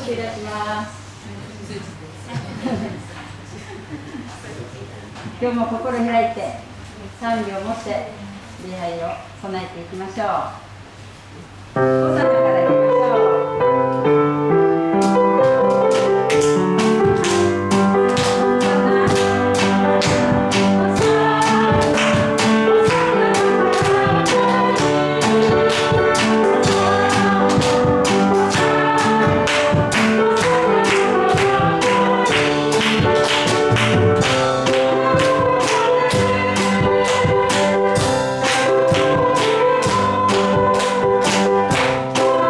しいたします。今日も心開いて賛美を持って礼拝を備えていきましょう。おさなからいきましょう。 「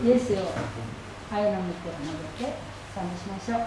イエスを愛の御手を述べて賛美しましょう。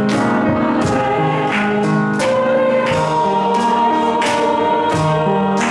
「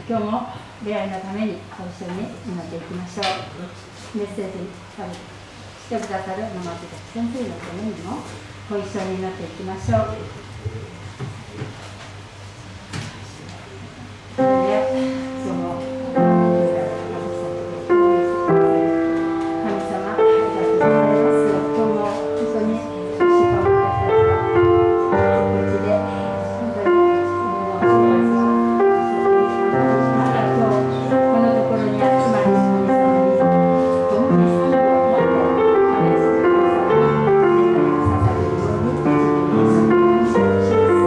今日も出会いのためにご一緒に祈っていきましょう。メッセージしてくださる野松先生のためにもご一緒に祈っていきましょう。その「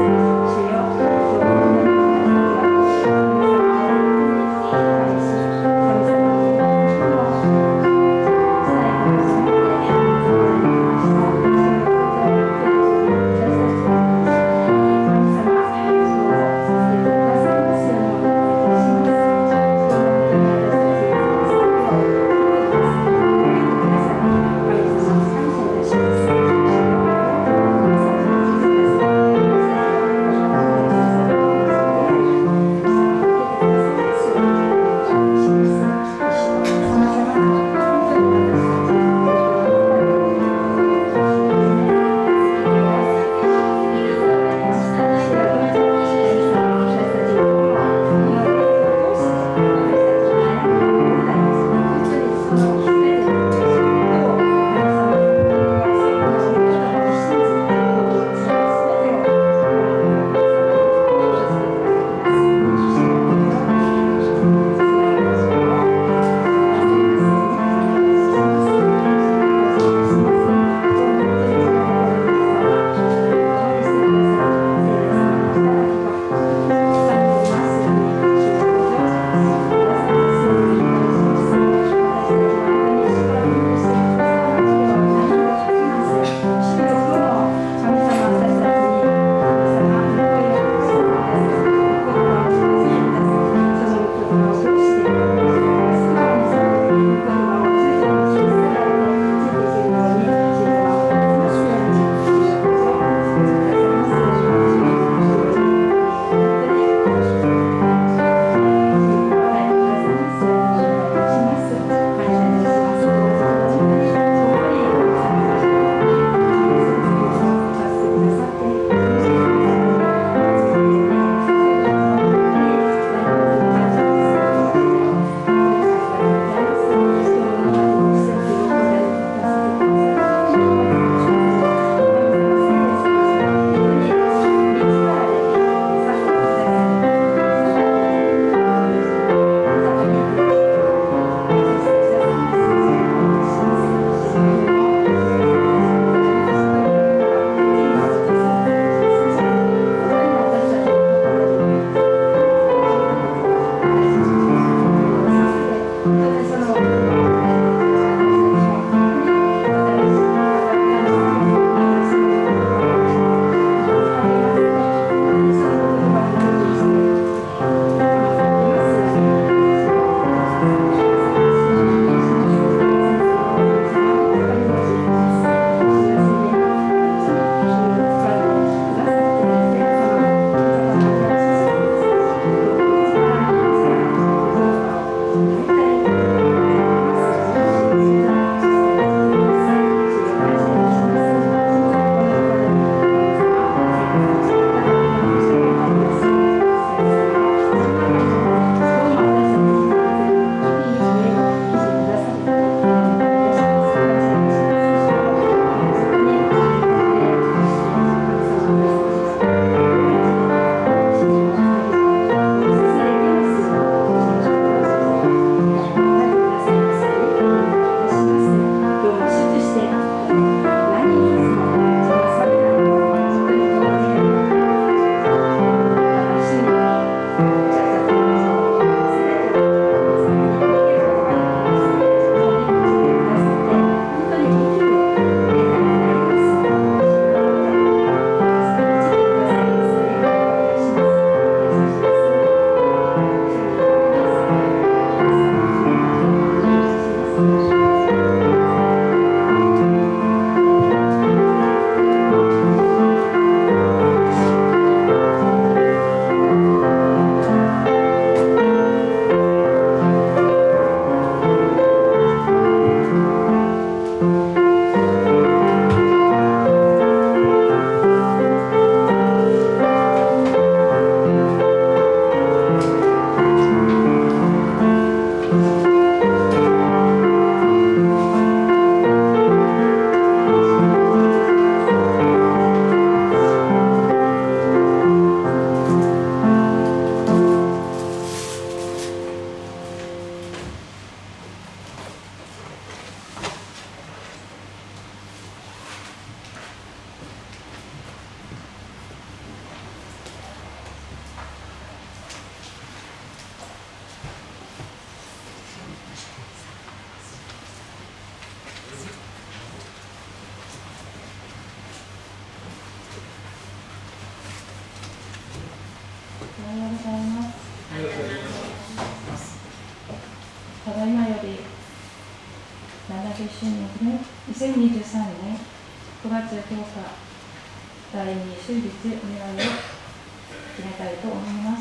ただいまより70周年記念2023年9月10日第2週日願いを決めたいと思います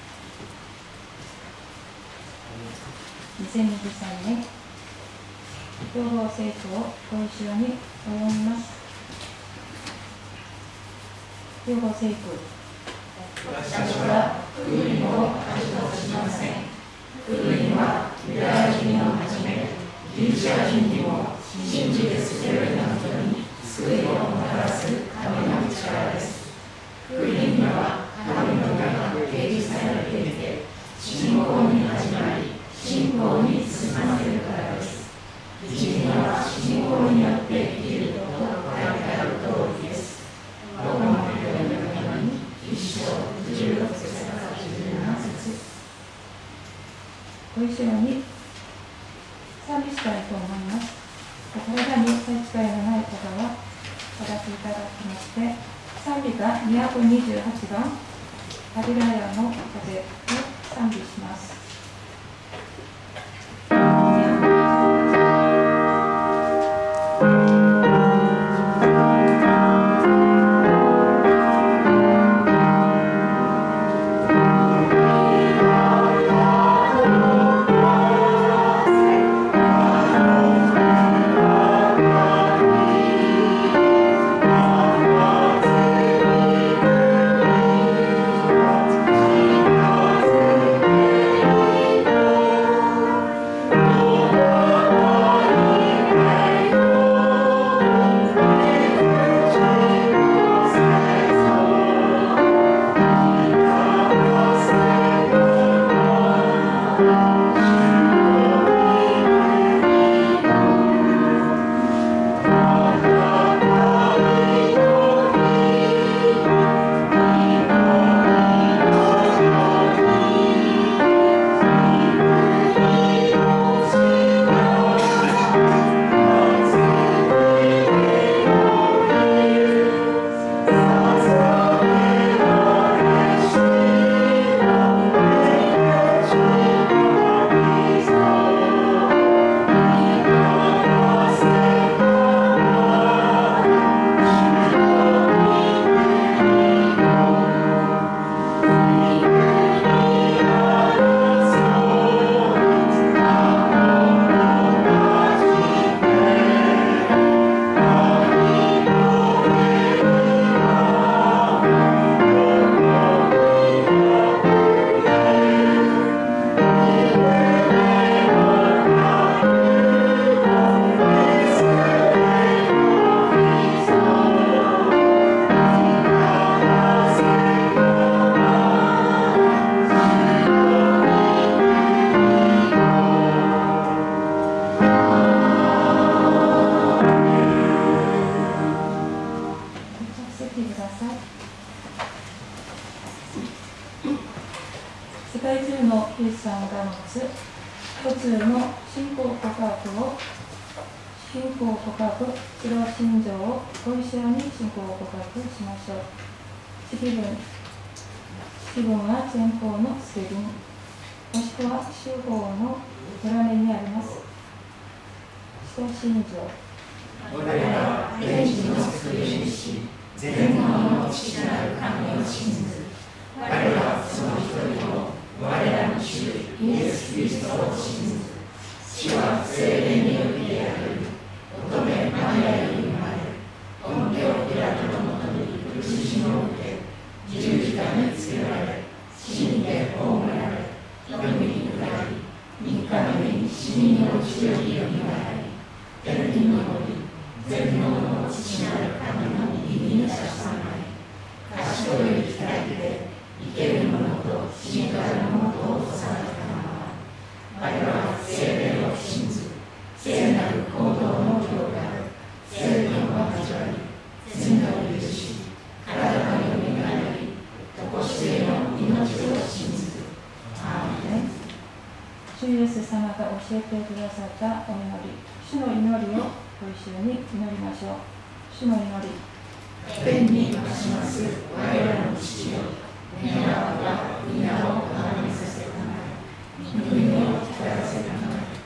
。2023年共同聖句をご一緒にお読みます。共同聖句。 私たちは福音を恥としません。福音はユダヤ人をはじめギリシャ人にも信じて救われた人に救いをもたらす神の力です。福音には神の名が掲示されていて、信仰に始まり信仰に進ませるからです。一人は信仰によって生きると書いてある通りです。ローマの手紙に1章16節から17節。 ご一緒に賛美したいと思います。体に差し支えのない方はお出しいただきまして、賛美歌228番ガリラヤの風を賛美します。詩文は前方の聖文、もしくは修法の裏面にあります。使徒信条。 我ら天地の作り主、全能の父なる神を信ず。我らその一人を我らの主イエス・キリストを信ず。父は聖霊によってある。乙女マリアより生まれ、ポンテオ・ピラトのもとに苦しみを受け、十字架につけられ、死んで葬られ、読みに下り、3日目に死人のうちよりよみがえり、天に昇り、全能の父なる神の右に差しさまい、賢い光で生けるものと死にからるものを干されたまま、我らは聖霊を信ず、聖なる行動の教会、聖霊を交わり、罪を許し、体がよみがえり、常しえの命を信ず。アーメン。 主イエス様が教えてくださったお祈り、主の祈りをご一緒に祈りましょう。主の祈り。 天にまします我らの父よ、願わくは皆をあがめさせたまえ、御国を来たらせたまえ。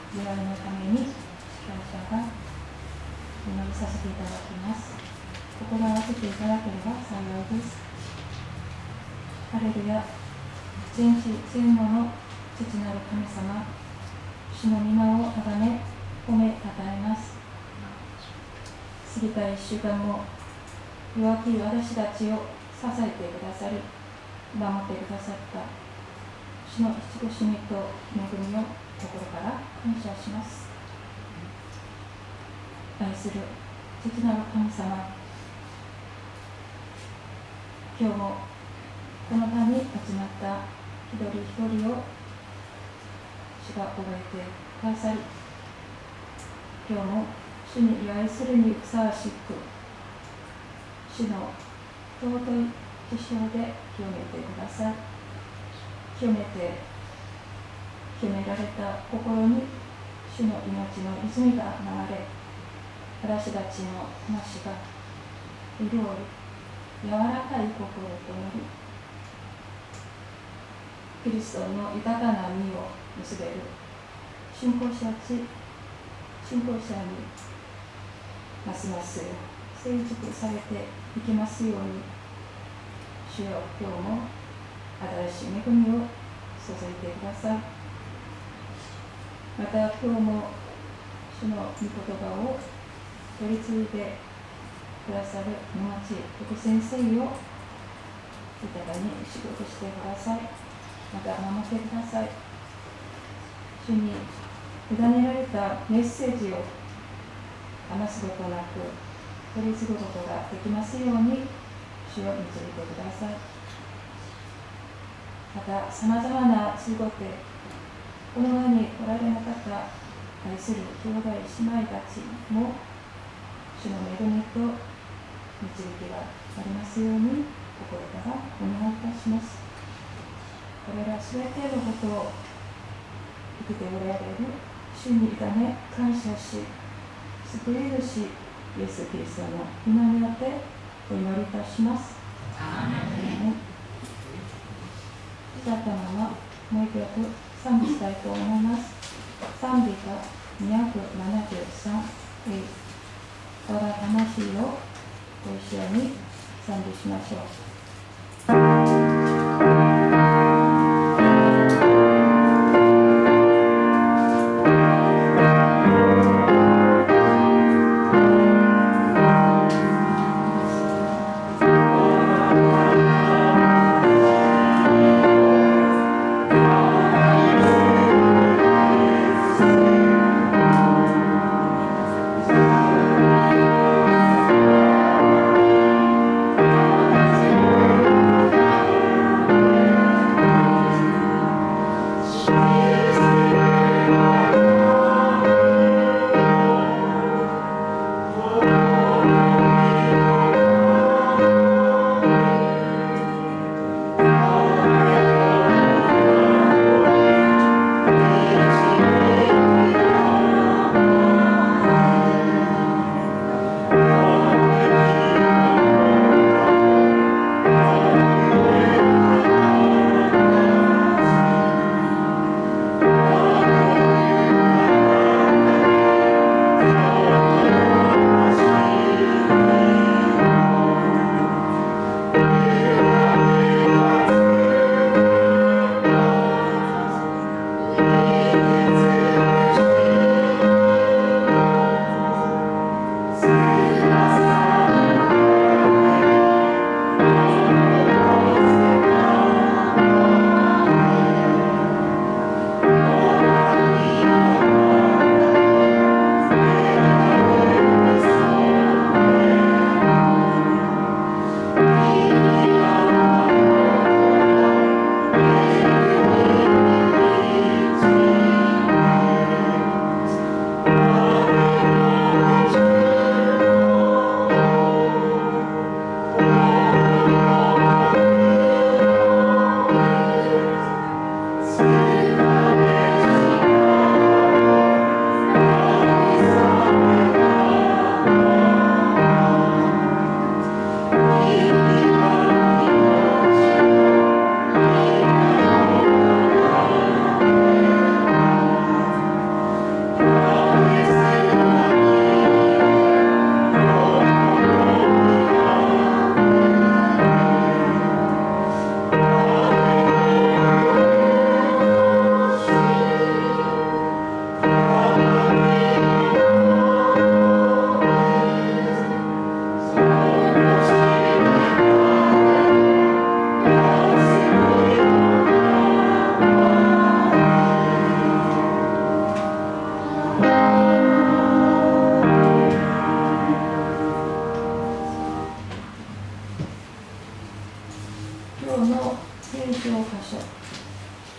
出会いのために司会者がお祈りさせていただきます。心を合わせていただければ幸いです。ハレルヤ。全知全能の父なる神様、主の皆をあがめ褒めたたえます。過ぎた1週間も弱き私たちを支えてくださり、守ってくださった主の慈しみと恵みを心から感謝します。愛する父なる神様、今日もこの場に集まった一人一人を主が覚えてくださり、今日も主に祝いするにふさわしく、主の尊い受賞で清めてください。清められた心に主の命の泉が流れ、私たちの魂が潤い、柔らかい心となり、キリストの豊かな実を結べる信仰者にますます成熟されていきますように、主よ、今日も新しい恵みを注いでください。また今日も主の御言葉を取り継いでくださる沼地徳先生を豊かに仕事してください。また守ってください。主に委ねられたメッセージを余すことなく取り継ぐことができますように主を導いてください。またさまざまな通ごてこの場におられなかった愛する兄弟姉妹たちも主の恵みと導きがありますように心からお願いいたします。これらすべてのことを生きておられる主に委ね感謝し、救い主イエス・キリストの皆によってお祈りいたします。アーメン。立ったままもう一曲賛美したいと思います。賛美歌273、我が魂をご一緒に賛美しましょう。 「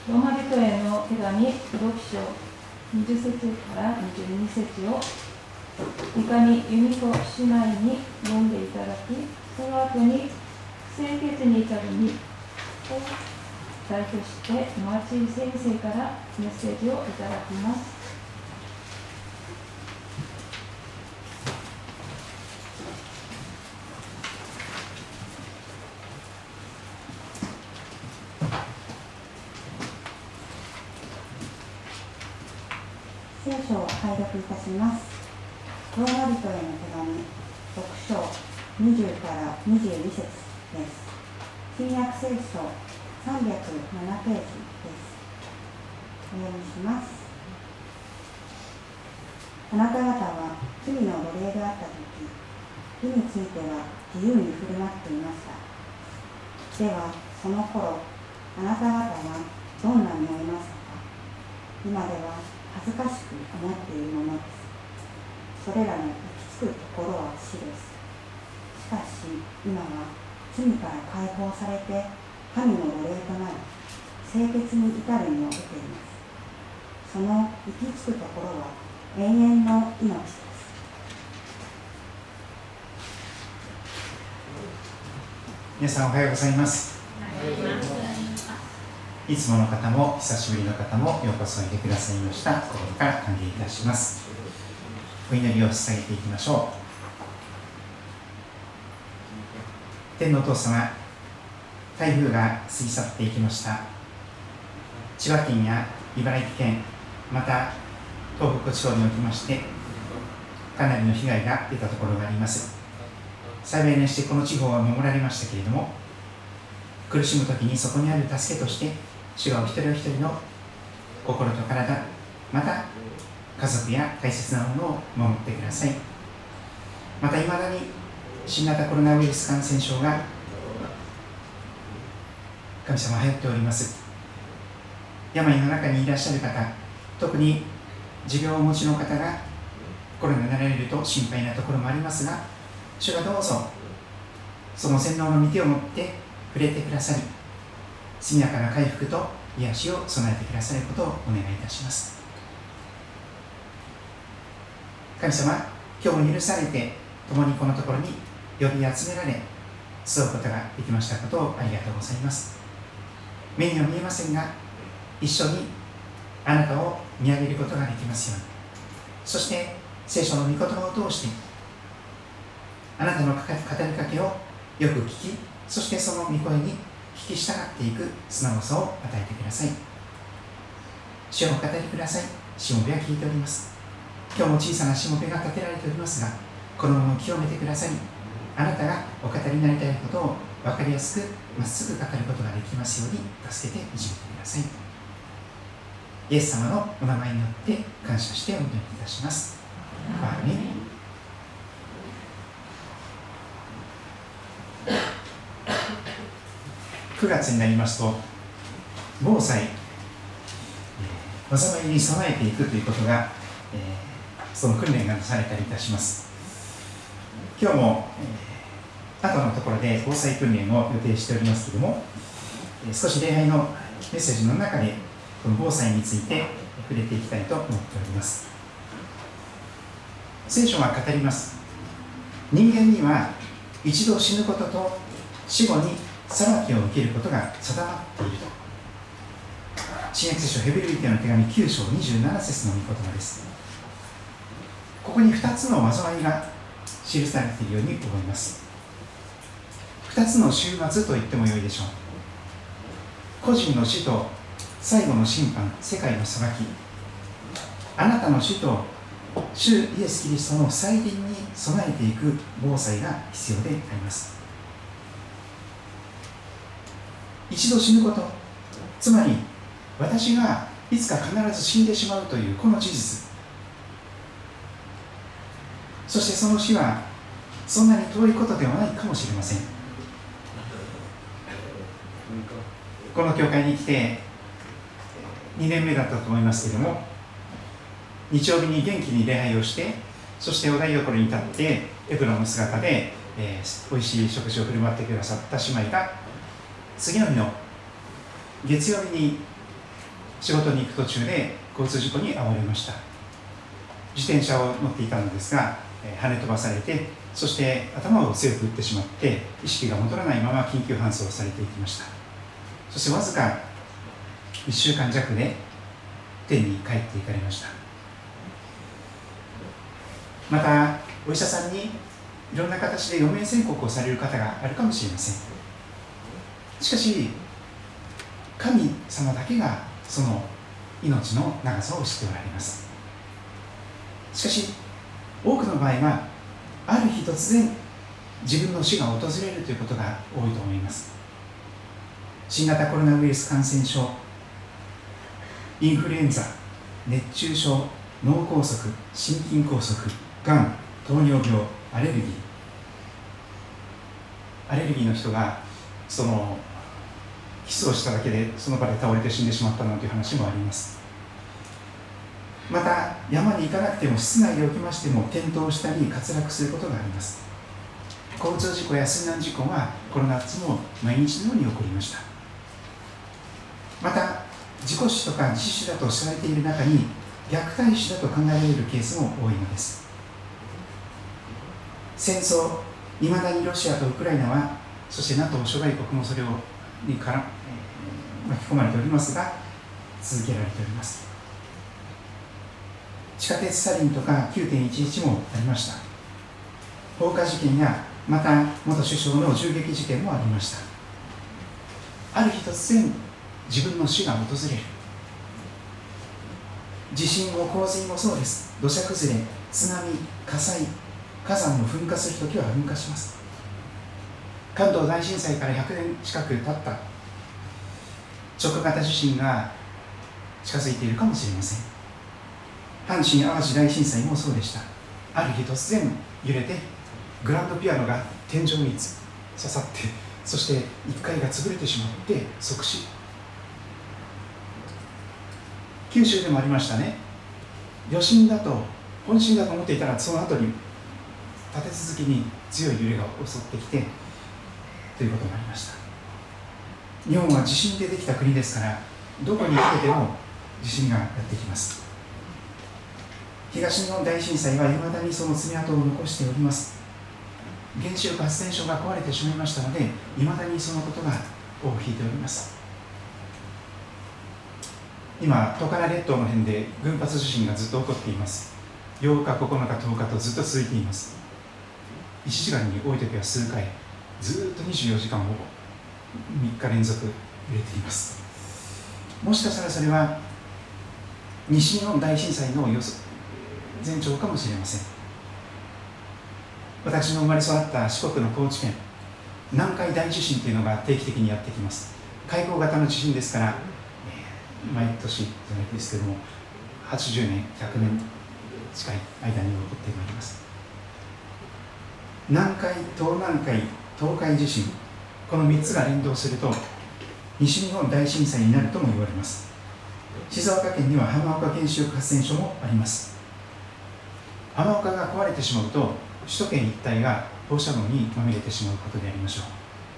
ローマ人への手紙6章20節から22節を三上由美子姉妹に読んでいただき、その後に清潔に至るにを代表して町井先生からメッセージをいただきます。 聖書を拝読いたします。ローマ人への手紙6章20から22節です。新約聖書307ページです。お読みします。あなた方は罪の奴隷であったとき、義については自由に振る舞っていました。では、その頃、あなた方はどんなに思いましたか。今では恥ずかしく思っているものです。それらの行き着くところは死です。しかし今は罪から解放されて神の奴隷となり、清潔に至るにを得ています。その行き着くところは永遠の命です。 皆さんおはようございます。いつもの方も久しぶりの方もようこそおいでくださいました。心から歓迎いたします。お祈りを捧げていきましょう。天のお父様、台風が過ぎ去っていきました。千葉県や茨城県、また東北地方におきましてかなりの被害が出たところがあります。幸いにしてこの地方は守られましたけれども、苦しむときにそこにある助けとして主がお一人お一人の心と体、また家族や大切なものを守ってください。またいまだに新型コロナウイルス感染症が神様流行っております。病の中にいらっしゃる方、特に持病をお持ちの方がコロナになられると心配なところもありますが、主がどうぞその洗脳の御手を持って触れてくださり、速やかな回復と癒しを備えてくださることをお願いいたします。神様、今日も許されて共にこのところに呼び集められ集うことができましたことをありがとうございます。目には見えませんが、一緒にあなたを見上げることができますように、そして聖書の御言葉を通してあなたの語りかけをよく聞き、そしてその御声に聞き従っていく素直さを与えてください。主をお語りください。しもべは聞いております。今日も小さなしもべが立てられておりますが、このまま清めてくださり、あなたがお語りになりたいことを分かりやすくまっすぐ語ることができますように助けて導いてください。イエス様のお名前によって感謝してお祈りいたします。アーメン。9月になりますと、防災、災いに備えていくということが、その訓練がなされたりいたします。今日も、後のところで防災訓練を予定しておりますけれども、少し礼拝のメッセージの中でこの防災について触れていきたいと思っております。聖書が語ります。人間には一度死ぬことと死後に裁きを受けることが定まっていると。新約聖書ヘブル人への手紙9章27節の御言葉です。ここに2つの災いが記されているように思います。2つの終末と言ってもよいでしょう。個人の死と最後の審判、世界の裁き。あなたの死と主イエス・キリストの再臨に備えていく防災が必要であります。一度死ぬこと、つまり私がいつか必ず死んでしまうというこの事実、そしてその死はそんなに遠いことではないかもしれません。この教会に来て2年目だったと思いますけれども、日曜日に元気に礼拝をして、そしてお台所に立ってエプロンの姿で、おいしい食事を振る舞ってくださった姉妹が、次の日の月曜日に仕事に行く途中で交通事故に遭われました。自転車を乗っていたのですが、跳ね飛ばされて、そして頭を強く打ってしまって意識が戻らないまま緊急搬送されていきました。そしてわずか1週間弱で天に帰っていかれました。またお医者さんにいろんな形で余命宣告をされる方があるかもしれません。しかし神様だけがその命の長さを知っておられます。しかし多くの場合はある日突然自分の死が訪れるということが多いと思います。新型コロナウイルス感染症、インフルエンザ、熱中症、脳梗塞、心筋梗塞、がん、糖尿病、アレルギーの人がキスをしただけでその場で倒れて死んでしまったなんていう話もあります。また山に行かなくても室内で起きましても転倒したり滑落することがあります。交通事故や水難事故はこの夏も毎日のように起こりました。また事故死とか自死だと知られている中に虐待死だと考えられるケースも多いのです。戦争、いまだにロシアとウクライナは、そして NATO 諸外国もそれに巻き込まれておりますが、続けられております。地下鉄サリンとか 9.11 もありました。放火事件やまた元首相の銃撃事件もありました。ある日突然自分の死が訪れる。地震も洪水もそうです。土砂崩れ、津波、火災、火山の噴火するときは噴火します。関東大震災から100年近く経った直型地震が近づいているかもしれません。阪神・淡路大震災もそうでした。ある日突然揺れてグランドピアノが天井に刺さって、そして1階が潰れてしまって即死。九州でもありましたね。余震だと本震だと思っていたら、その後に立て続けに強い揺れが襲ってきてということがありました。日本は地震でできた国ですから、どこに行っても地震がやってきます。東日本大震災はいまだにその爪痕を残しております。原子力発電所が壊れてしまいましたので、いまだにそのことが尾を引いております。今、トカラ列島の辺で群発地震がずっと起こっています。8日、9日、10日とずっと続いています。1時間に多い時は数回、ずっと24時間ほぼ3日連続揺れています。もしかしたらそれは西日本大震災の前兆かもしれません。私の生まれ育った四国の高知県、南海大地震というのが定期的にやってきます。海溝型の地震ですから、毎年じゃないですけども、80年、100年近い間に起こってまいります。南海、東南海、東海地震、この3つが連動すると西日本大震災になるとも言われます。静岡県には浜岡原子力発電所もあります。浜岡が壊れてしまうと首都圏一帯が放射能にまみれてしまうことでありましょ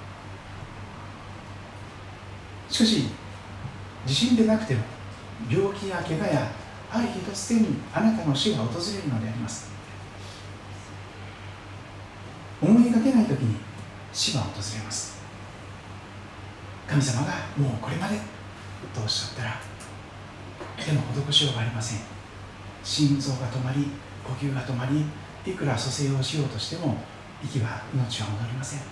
う。しかし地震でなくても病気や怪我やある日突然あなたの死が訪れるのであります。思いがけないときに死が訪れます。神様がもうこれまでとおっしゃったら、手の施しようがありません。心臓が止まり、呼吸が止まり、いくら蘇生をしようとしても命は戻りません。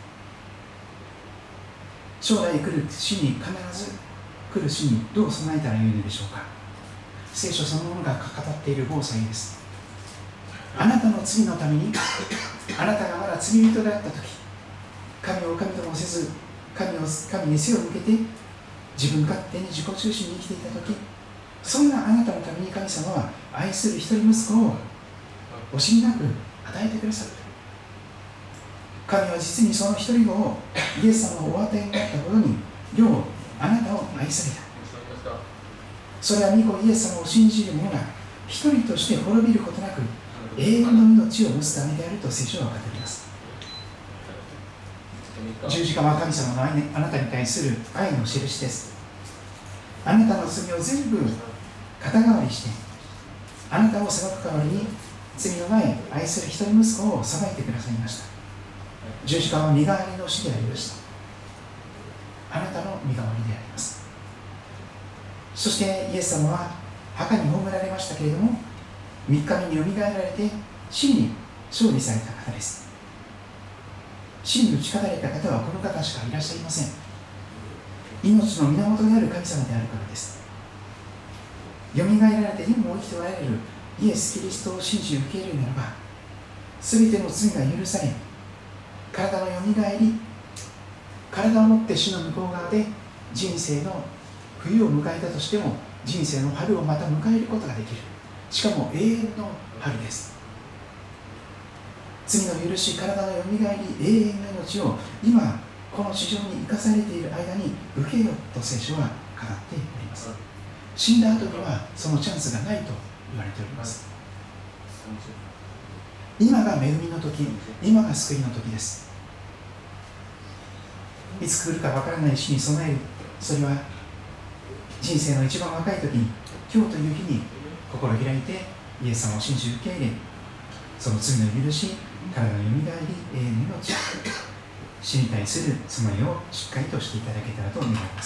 将来来る死に必ず来る死にどう備えたらよいのでしょうか。聖書そのものが語っている防災です。あなたの罪のために、あなたがまだ罪人であったとき、神を神ともせず神に背を向けて自分勝手に自己中心に生きていたとき、そんなあなたのために神様は愛する一人息子を惜しみなく与えてくださる。神は実にその一人子をイエス様をお与えになったことにようあなたを愛された。それは御子イエス様を信じる者が一人として滅びることなく永遠の命を持つためであると聖書は語ります。十字架は神様のあなたに対する愛の印です。 あなたの罪を全部肩代わりして、あなたを裁く代わりに罪のない愛する一人息子を裁いてくださいました。十字架は身代わりの死でありました。あなたの身代わりであります。そしてイエス様は墓に葬られましたけれども、3日目によみがえられて死に勝利された方です。死に打ち勝たれた方はこの方しかいらっしゃいません。命の源である神様であるからです。よみがえられて今も生きておられるイエス・キリストを信じ受け入れるならば、すべての罪が許され、体のよみがえり、体を持って死の向こう側で人生の冬を迎えたとしても人生の春をまた迎えることができる。しかも永遠の春です。罪の許し、体のよみがえり、永遠の命を今この地上に生かされている間に受けよと聖書は語っております。死んだ後にはそのチャンスがないと言われております。今が恵みの時、今が救いの時です。いつ来るかわからない死に備える、それは人生の一番若い時に、今日という日に心を開いてイエス様を信じ受け入れ、その罪の許し、体のよみがえり、永遠の命、死に対する備えをしっかりとしていただけたらと思います。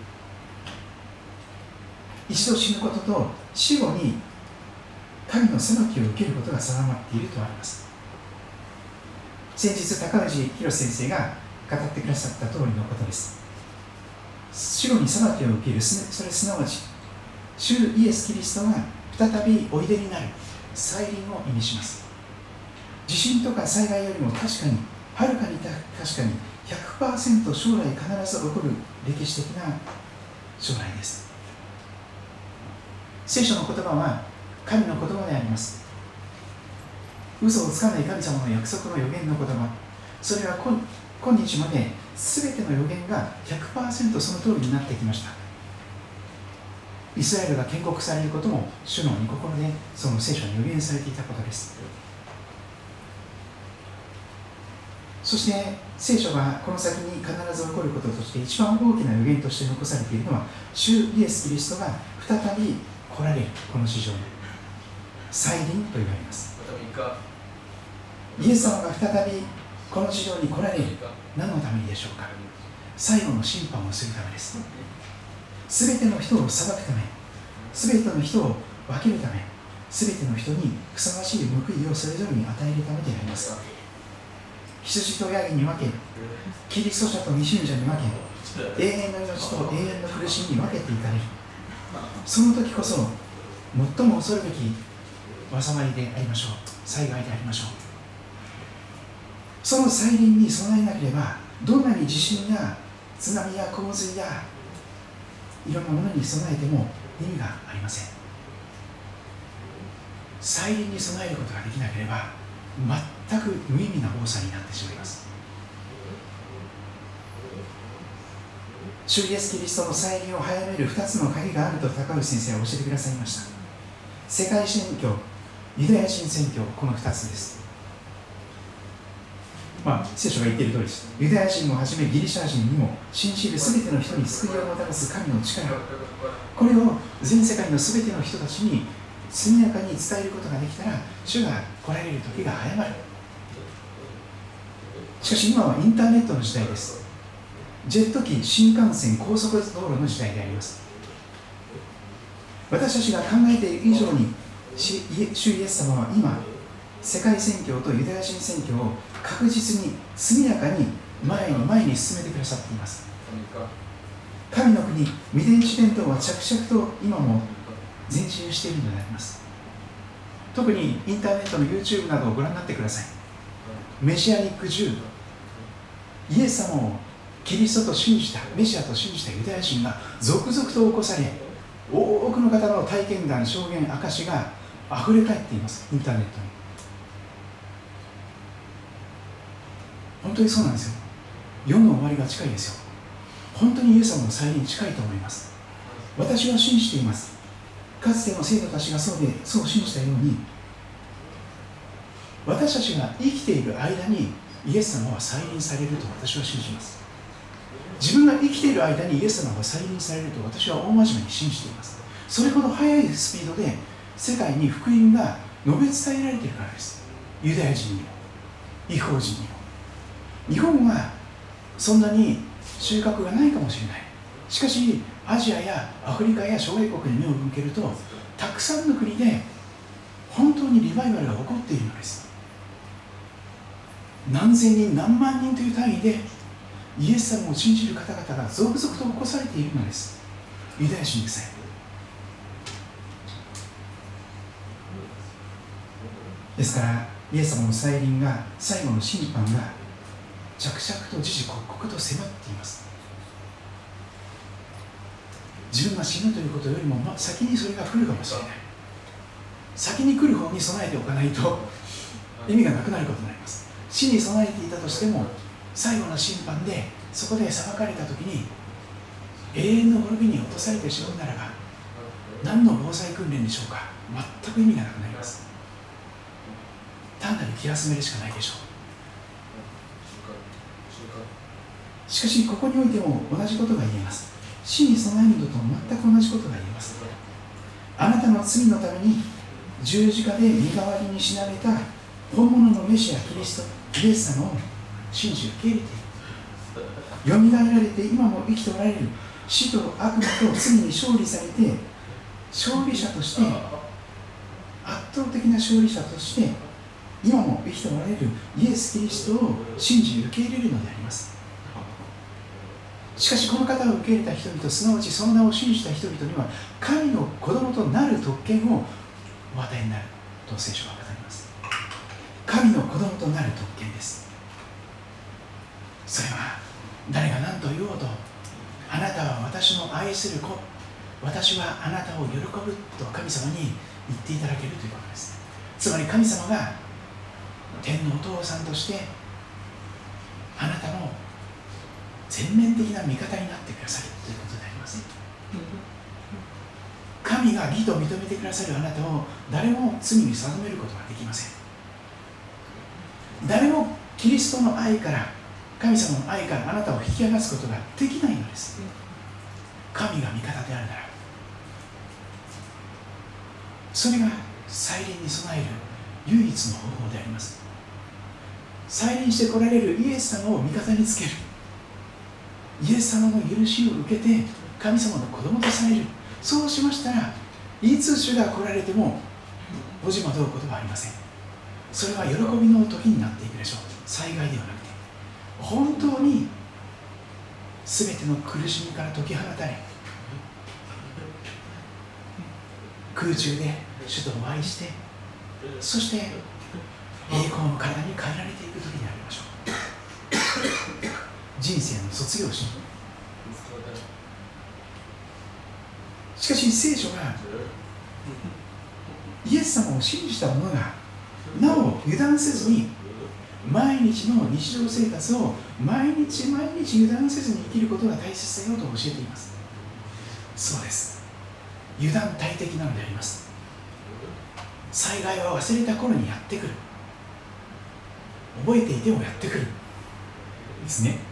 一度死ぬことと死後に神の裁きを受けることが定まっているとあります。先日高氏博先生が語ってくださった通りのことです。死後に裁きを受ける、それすなわち主イエス・キリストが再びおいでになる再臨を意味します。地震とか災害よりも確かにはるかに確かに 100% 将来必ず起こる歴史的な将来です。聖書の言葉は神の言葉であります。嘘をつかない神様の約束の予言の言葉、それは今日まで全ての予言が 100% その通りになってきました。イスラエルが建国されることも主の御心でその聖書に予言されていたことです。そして聖書がこの先に必ず起こることとして一番大きな予言として残されているのは、主イエス・キリストが再び来られるこの地上に再臨と言われます。イエス様が再びこの地上に来られる、何のためにでしょうか。最後の審判をするためです。すべての人を裁くため、すべての人を分けるため、すべての人にふさわしい報いをそれぞれに与えるためであります。羊とヤギに分け、キリスト者と未信者に分け、永遠の命と永遠の苦しみに分けていかれる。その時こそ最も恐るべき災いでありましょう。災害でありましょう。その再臨に備えなければ、どんなに地震や津波や洪水やいろんなものに備えても意味がありません。再臨に備えることができなければ全く無意味な防災になってしまいます。主イエス・キリストの再臨を早める2つの鍵があると高橋先生は教えてくださいました。世界宣教、ユダヤ人宣教、この2つです。聖書が言っている通りです。ユダヤ人をはじめギリシャ人にも信じるすべての人に救いをもたらす神の力、これを全世界のすべての人たちに速やかに伝えることができたら、主が来られる時が早まる。しかし今はインターネットの時代です。ジェット機、新幹線、高速道路の時代であります。私たちが考えている以上に主イエス様は今、世界宣教とユダヤ人宣教を確実に速やかに前に進めてくださっています。神の国、未伝知伝統は着々と今も前進しているのであります。特にインターネットの YouTube などをご覧になってください。メシアニックJew、イエス様をキリストと信じた、メシアと信じたユダヤ人が続々と起こされ、多くの方の体験談、証言、証があふれ返っています。インターネットに。本当にそうなんですよ。世の終わりが近いですよ。本当にイエス様の再臨近いと思います。私は信じています。かつての生徒たちがそう信じたように、私たちが生きている間にイエス様は再臨されると私は信じます。 自分が生きている間にイエス様が再臨されると私は大真面目に信じています。それほど速いスピードで世界に福音が述べ伝えられているからです。ユダヤ人にも異邦人にも。日本はそんなに収穫がないかもしれない。しかしアジアやアフリカや諸外国に目を向けると、たくさんの国で本当にリバイバルが起こっているのです。何千人何万人という単位でイエス様を信じる方々が続々と起こされているのです。ユダヤ人でさえ。ですからイエス様の再臨が、最後の審判が着々と時々刻々と迫っています。自分が死ぬということよりも、先にそれが来るかもしれない。先に来る方に備えておかないと意味がなくなることになります。死に備えていたとしても、最後の審判でそこで裁かれたときに永遠の滅びに落とされてしまうならば、何の防災訓練でしょうか。全く意味がなくなります。単なる気休めでしかないでしょう。しかしここにおいても同じことが言えます。死に備えるのと全く同じことが言えます。あなたの罪のために十字架で身代わりに死なれた本物のメシアキリストイエス様を信じ受け入れている。よみがえられて今も生きておられる。死と悪魔と罪に勝利されて、勝利者として、圧倒的な勝利者として今も生きておられるイエス・キリストを信じ受け入れるのであります。しかしこの方を受け入れた人々、すなわちその名を信じた人々には神の子供となる特権をお与えになると聖書は語ります。神の子供となる特権です。それは誰が何と言おうと、あなたは私の愛する子、私はあなたを喜ぶと神様に言っていただけるということです。つまり神様が天のお父さんとしてあなたの全面的な味方になってくださるということであります。神が義と認めてくださるあなたを誰も罪に定めることができません。誰もキリストの愛から、神様の愛からあなたを引き離すことができないのです。神が味方であるなら。それが再臨に備える唯一の方法であります。再臨して来られるイエス様を味方につける。イエス様の許しを受けて神様の子供とされる。そうしましたら、いつ主が来られてもおじまどうことはありません。それは喜びの時になっていくでしょう。災害ではなくて、本当に全ての苦しみから解き放たれ、空中で主とお会いして、そして栄光の体に変えられていく時にありましょう。人生の卒業式。しかし聖書がイエス様を信じた者がなお油断せずに毎日の日常生活を毎日毎日油断せずに生きることが大切だよと教えています。そうです。油断大敵なのであります。災害は忘れた頃にやってくる。覚えていてもやってくるですね。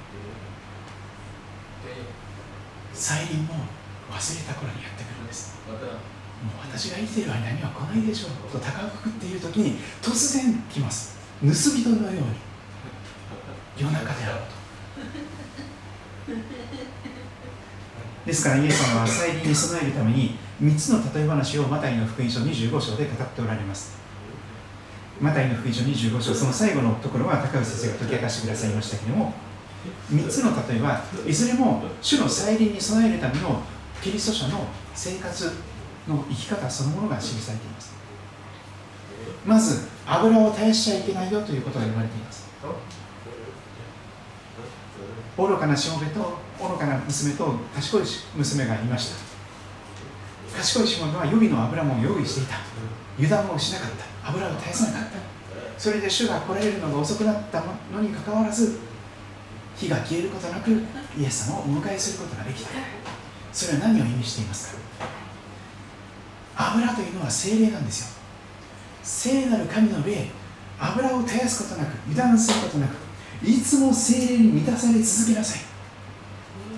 再臨も忘れた頃にやってくるんです。もう私が生きている間には来ないでしょうと高くくっている時に突然来ます。盗人のように夜中であろうと。ですからイエス様は再臨に備えるために3つの例え話をマタイの福音書25章で語っておられます。マタイの福音書25章、その最後のところは高橋先生が解き明かしてくださいましたけれども、3つの例えはいずれも主の再臨に備えるためのキリスト者の生活の生き方そのものが記されています。まず油を絶やしちゃいけないよということが言われています。愚かなしもべと愚かな娘と賢い娘がいました。賢いしもべは予備の油も用意していた。油断をしなかった。油を絶やさなかった。それで主が来られるのが遅くなったのにかかわらず、火が消えることなくイエス様をお迎えすることができた。それは何を意味していますか。油というのは聖霊なんですよ。聖なる神の霊、油を絶やすことなく、油断することなく、いつも聖霊に満たされ続けなさい。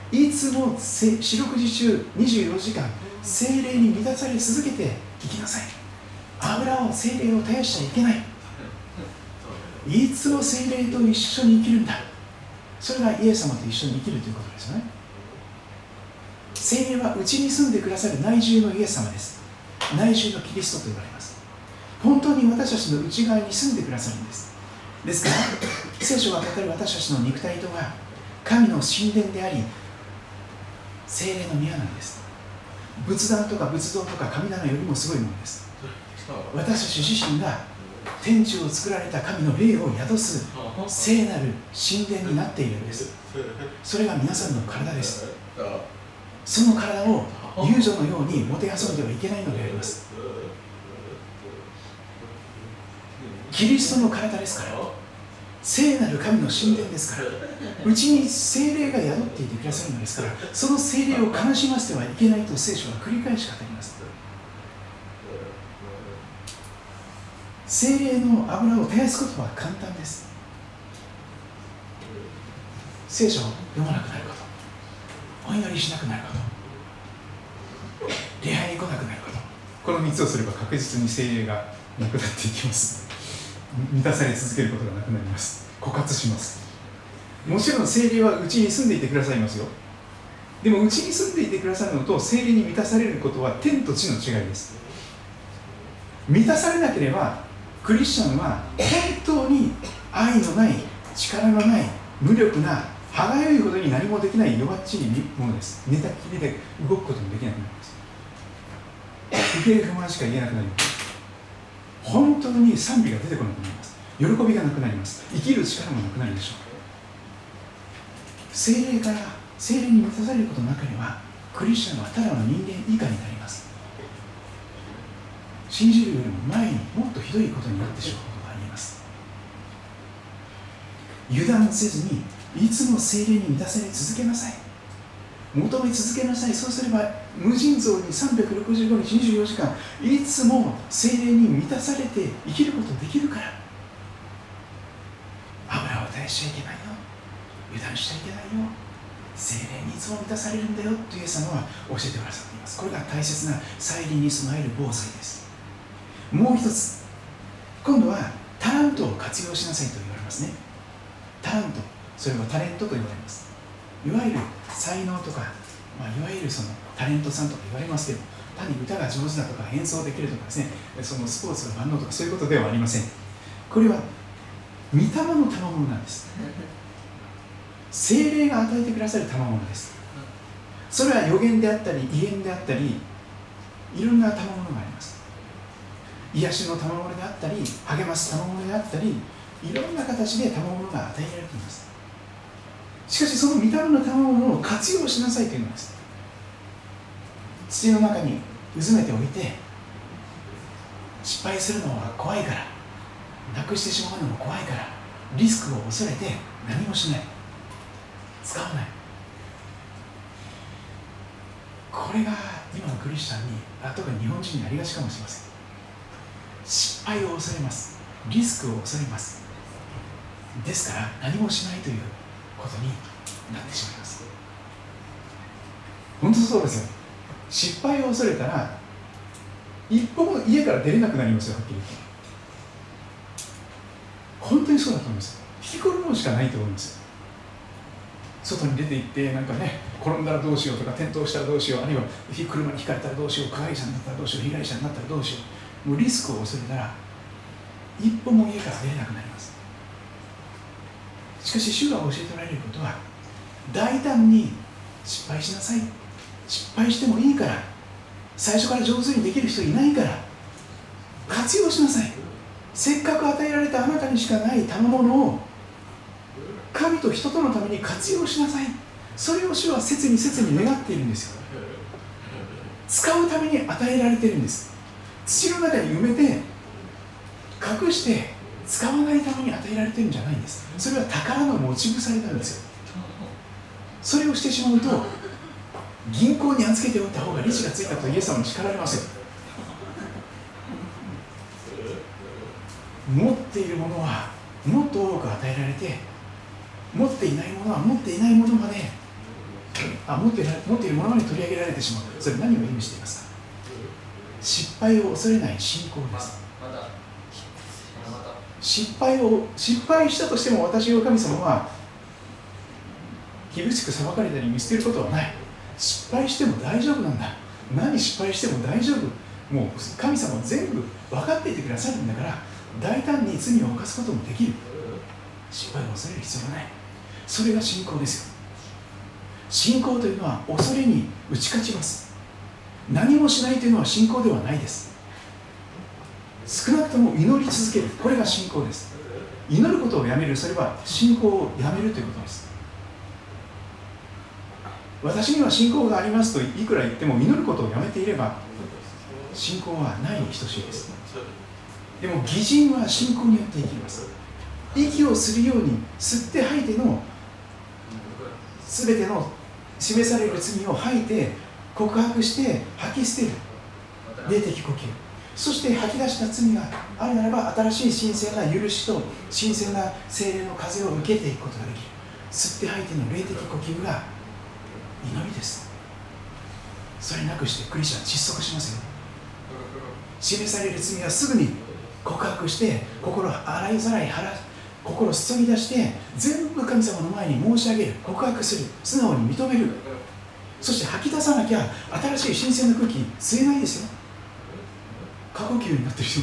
いつも四六時中24時間聖霊に満たされ続けていきなさい。聖霊を絶やしちゃいけない。いつも聖霊と一緒に生きるんだ。それがイエス様と一緒に生きるということですよね。聖霊はうちに住んでくださる内住のイエス様です。内住のキリストと言われます。本当に私たちの内側に住んでくださるんです。ですから聖書が語る私たちの肉体とは神の神殿であり、聖霊の宮なんです。仏壇とか仏像とか神棚よりもすごいものです。私たち自身が天地を作られた神の霊を宿す聖なる神殿になっているんです。それが皆さんの体です。その体を遊女のようにもてあそんではいけないのであります。キリストの体ですから、聖なる神の神殿ですから、うちに聖霊が宿っていてくださるのですから、その聖霊を悲しませてはいけないと聖書は繰り返し語ります。聖霊の油を絶やすことは簡単です。聖書を読まなくなること、お祈りしなくなること、礼拝に来なくなること、この3つをすれば確実に聖霊がなくなっていきます。満たされ続けることがなくなります。枯渇します。もちろん聖霊はうちに住んでいてくださいますよ。でもうちに住んでいてくださるのと聖霊に満たされることは天と地の違いです。満たされなければクリスチャンは本当に愛のない、力のない、無力な、歯がゆいほどに何もできない弱っちいものです。寝たきりで動くこともできなくなります。不平不満しか言えなくなります。本当に賛美が出てこなくなります。喜びがなくなります。生きる力もなくなるでしょう。聖霊に満たされることの中にはクリスチャンはただの人間以下になります。信じるよりも前にもっとひどいことになってしまうことがあります。油断せずにいつも聖霊に満たされ続けなさい。求め続けなさい。そうすれば無尽蔵に365日24時間いつも聖霊に満たされて生きることができるから。油を絶やしちゃいけないよ、油断しちゃいけないよ、聖霊にいつも満たされるんだよとイエス様は教えてくださっています。これが大切な再臨に備える防災です。もう一つ、今度はタラントを活用しなさいと言われますね。タラント、それはタレントと言われます。いわゆる才能とか、いわゆるそのタレントさんとか言われますけど、単に歌が上手だとか演奏できるとかですね、そのスポーツが万能とかそういうことではありません。これは御霊の賜物なんです。聖霊が与えてくださる賜物です。それは予言であったり異言であったりいろんな賜物があります。癒しの賜物であったり励ます賜物であったりいろんな形で賜物が与えられています。しかしその御霊の賜物を活用しなさいというのです。土の中にうずめておいて失敗するのは怖いから、なくしてしまうのも怖いから、リスクを恐れて何もしない、使わない。これが今のクリスチャンに、特に日本人にありがちかもしれません。失敗を恐れます。リスクを恐れます。ですから何もしないということになってしまいます。本当そうですよ。失敗を恐れたら一歩も家から出れなくなりますよ。はっきり言って、本当にそうだと思います。引きこもるしかないと思うんですよ。外に出て行ってなんかね、転んだらどうしようとか、転倒したらどうしよう、あるいは車にひかれたらどうしよう、加害者になったらどうしよう、被害者になったらどうしよう、もうリスクを恐れたら一歩も家から出れなくなります。しかし主が教えておられることは、大胆に失敗しなさい。失敗してもいいから、最初から上手にできる人いないから活用しなさい。せっかく与えられたあなたにしかない賜物を神と人とのために活用しなさい。それを主は切に願っているんですよ。使うために与えられているんです。土の中に埋めて隠して使わないために与えられているんじゃないんです。それは宝の持ち腐れなんですよ。それをしてしまうと銀行に預けておいた方が利子がついたとイエス様に叱られますよ。持っているものはもっと多く与えられて、持っていないものは持っていないものまで持っているものまで取り上げられてしまう。それ何を意味していますか？失敗を恐れない信仰です。失敗したとしても、私を神様は厳しく裁かれたり見捨てることはない。失敗しても大丈夫なんだ。何失敗しても大丈夫。もう神様は全部分かっていてくださるんだから、大胆に罪を犯すこともできる。失敗を恐れる必要はない。それが信仰ですよ。信仰というのは恐れに打ち勝ちます。何もしないというのは信仰ではないです。少なくとも祈り続ける、これが信仰です。祈ることをやめる、それは信仰をやめるということです。私には信仰がありますといくら言っても、祈ることをやめていれば信仰はないに等しいです。でも義人は信仰によって生きます。息をするように吸って吐いての全ての示される罪を吐いて告白して吐き捨てる霊的呼吸、そして吐き出した罪があるならば、新しい新鮮な許しと新鮮な聖霊の風を受けていくことができる。吸って吐いての霊的呼吸が祈りです。それなくしてクリスチャン窒息しますよ。示される罪はすぐに告白して、心洗いざらい心注ぎ出して全部神様の前に申し上げる、告白する、素直に認める。そして吐き出さなきゃ新しい新鮮な空気吸えないですよ。過呼吸になってる人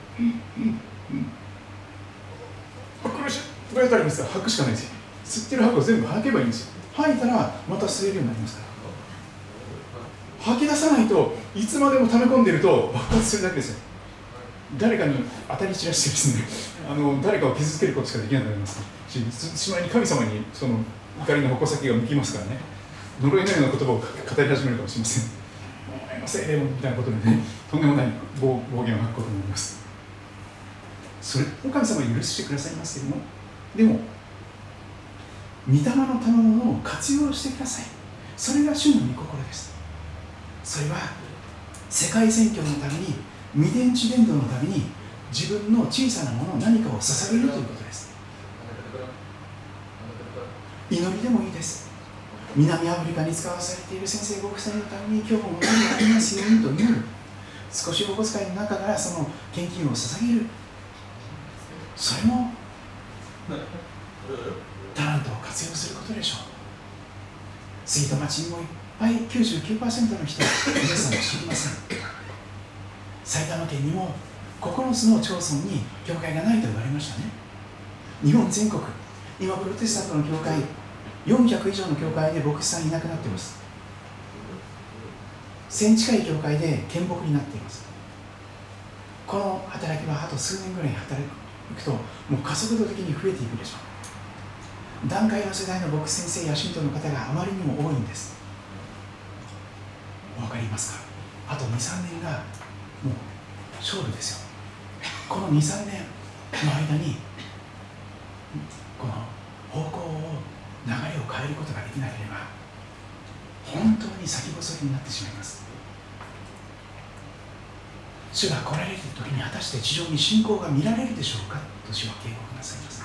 苦しいどうやったらいいんですか？吐くしかないですよ。吸ってる吐くを全部吐けばいいんですよ。吐いたらまた吸えるようになりますから。吐き出さないといつまでも溜め込んでると爆発するだけですよ。誰かに当たり散らしてですね、誰かを傷つけることしかできなくなりますし、しまいに神様にその怒りの矛先が向きますからね、呪いのような言葉を語り始めるかもしれません。お前のせいでもみたいなことでね、とんでもない暴言を吐くことになります。それを神様は許してくださいますけども、でも御霊の賜物を活用してください。それが主の御心です。それは世界宣教のために、未伝知伝道のために自分の小さなものを何かを捧げるということです。祈りでもいいです。南アフリカに使わされている先生ご夫妻のために今日も何がありますようにと祈る。少しお小遣いの中からその献金を捧げる。それもタラントを活用することでしょう。杉戸町にもいっぱい 99% の人は皆さんを知りません。埼玉県にも9つの町村に教会がないと言われましたね。日本全国、今プロテスタントの教会400以上の教会で牧師さんいなくなっています。1000近い教会で献牧になっています。この働きはあと数年ぐらい働くともう加速度的に増えていくでしょう。団塊の世代の牧師先生や信徒の方があまりにも多いんです。わかりますか？あと 2,3 年がもう勝負ですよ。この 2,3 年の間にこの方向を流れを変えることができなければ本当に先細りになってしまいます。主が来られる時に果たして地上に信仰が見られるでしょうかと主は警告なさいます。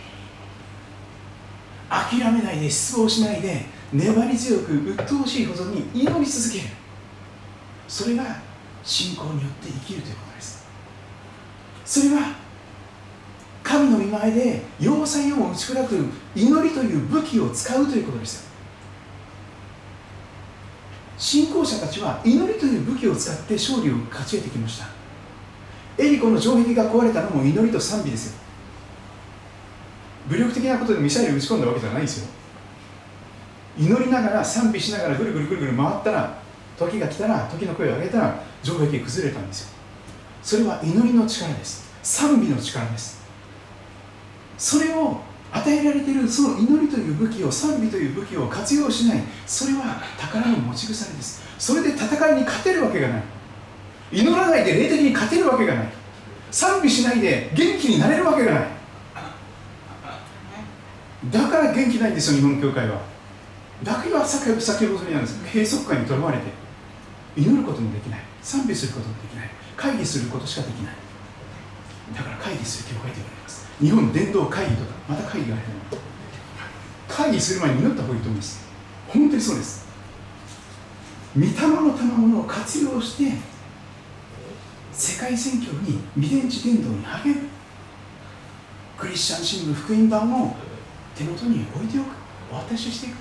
諦めないで失望しないで粘り強く鬱陶しいほどに祈り続ける。それが信仰によって生きるということです。それは神の御前で要塞を打ち砕く祈りという武器を使うということですよ。信仰者たちは祈りという武器を使って勝利を勝ち得てきました。エリコの城壁が壊れたのも祈りと賛美ですよ。武力的なことでミサイル撃ち込んだわけじゃないですよ。祈りながら賛美しながらぐるぐるぐるぐる回ったら、時が来たら、時の声を上げたら城壁が崩れたんですよ。それは祈りの力です。賛美の力です。それを与えられているその祈りという武器を、賛美という武器を活用しない、それは宝の持ち腐れです。それで戦いに勝てるわけがない。祈らないで霊的に勝てるわけがない。賛美しないで元気になれるわけがない。だから元気ないんですよ、日本教会は。だけは先ほどになんです。閉塞感にとらわれて祈ることもできない、賛美することもできない、会議することしかできない。だから会議する教会と言われます。日本伝道会議とか、また会議がある。会議する前に祈った方がいいと思います。 本当にそうです。御霊の賜物を活用して世界宣教に未伝知伝道に励む。クリスチャン新聞福音版を手元に置いておく、お渡ししていく。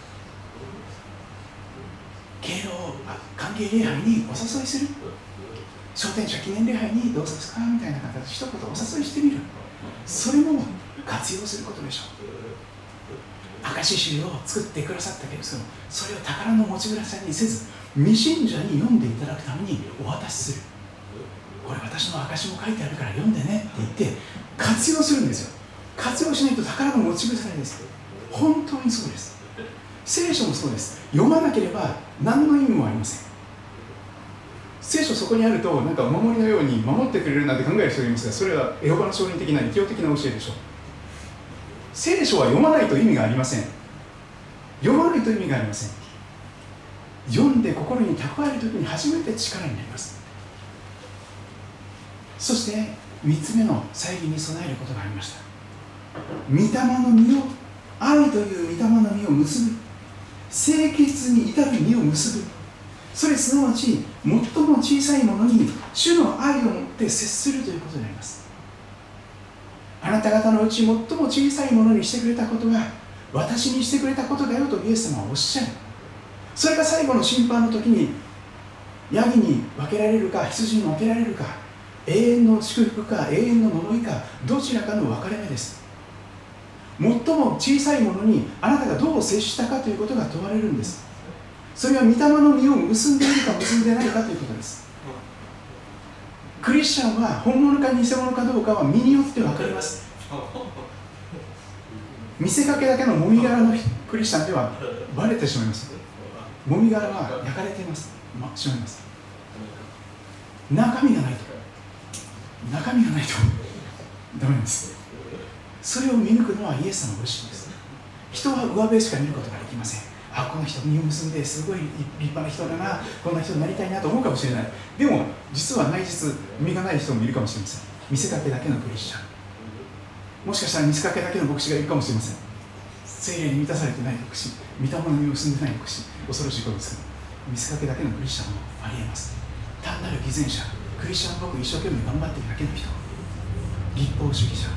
敬老歓迎礼拝にお誘いする。昇天者記念礼拝にどうですかみたいな形で一言お誘いしてみる。それも活用することでしょう。証し集を作ってくださったけど、それを宝の持ち蔵さんにせず、未信者に読んでいただくためにお渡しする。これ私の証も書いてあるから読んでねって言って活用するんですよ。活用しないと宝の持ち腐れです。本当にそうです。聖書もそうです。読まなければ何の意味もありません。聖書そこにあるとなんかお守りのように守ってくれるなんて考える人がいますが、それはエホバの証人的な異教的な教えでしょう。聖書は読まないと意味がありません。読まないと意味がありません。読んで心に蓄えるときに初めて力になります。そして3つ目の祭儀に備えることがありました。御霊の実を、愛という御霊の実を結ぶ、清潔に至る実を結ぶ。それすなわち最も小さいものに主の愛を持って接するということになります。あなた方のうち最も小さいものにしてくれたことは私にしてくれたことだよとイエス様はおっしゃる。それが最後の審判の時にヤギに分けられるか羊に分けられるか、永遠の祝福か永遠の呪いか、どちらかの分かれ目です。最も小さいものにあなたがどう接したかということが問われるんです。それは御霊の実を結んでいるか結んでないかということです。クリスチャンは本物か偽物かどうかは実によって分かります。見せかけだけのもみ殻のクリスチャンではバレてしまいます。もみ殻は焼かれています、しまいます。中身がないとダメなんです。それを見抜くのはイエス様ご自身です。人は上辺しか見ることができません。あ、この人実を結んですごい立派な人だな、こんな人になりたいなと思うかもしれない。でも実は内実実がない人もいるかもしれません。見せかけだけのクリスチャン、もしかしたら見せかけだけの牧師がいるかもしれません。聖霊に満たされてない牧師、御霊の実を結んでない牧師、恐ろしいことですけど、見せかけだけのクリスチャンもありえます。単なる偽善者、クリスチャンっぽく一生懸命頑張っているだけの人、立法主義者。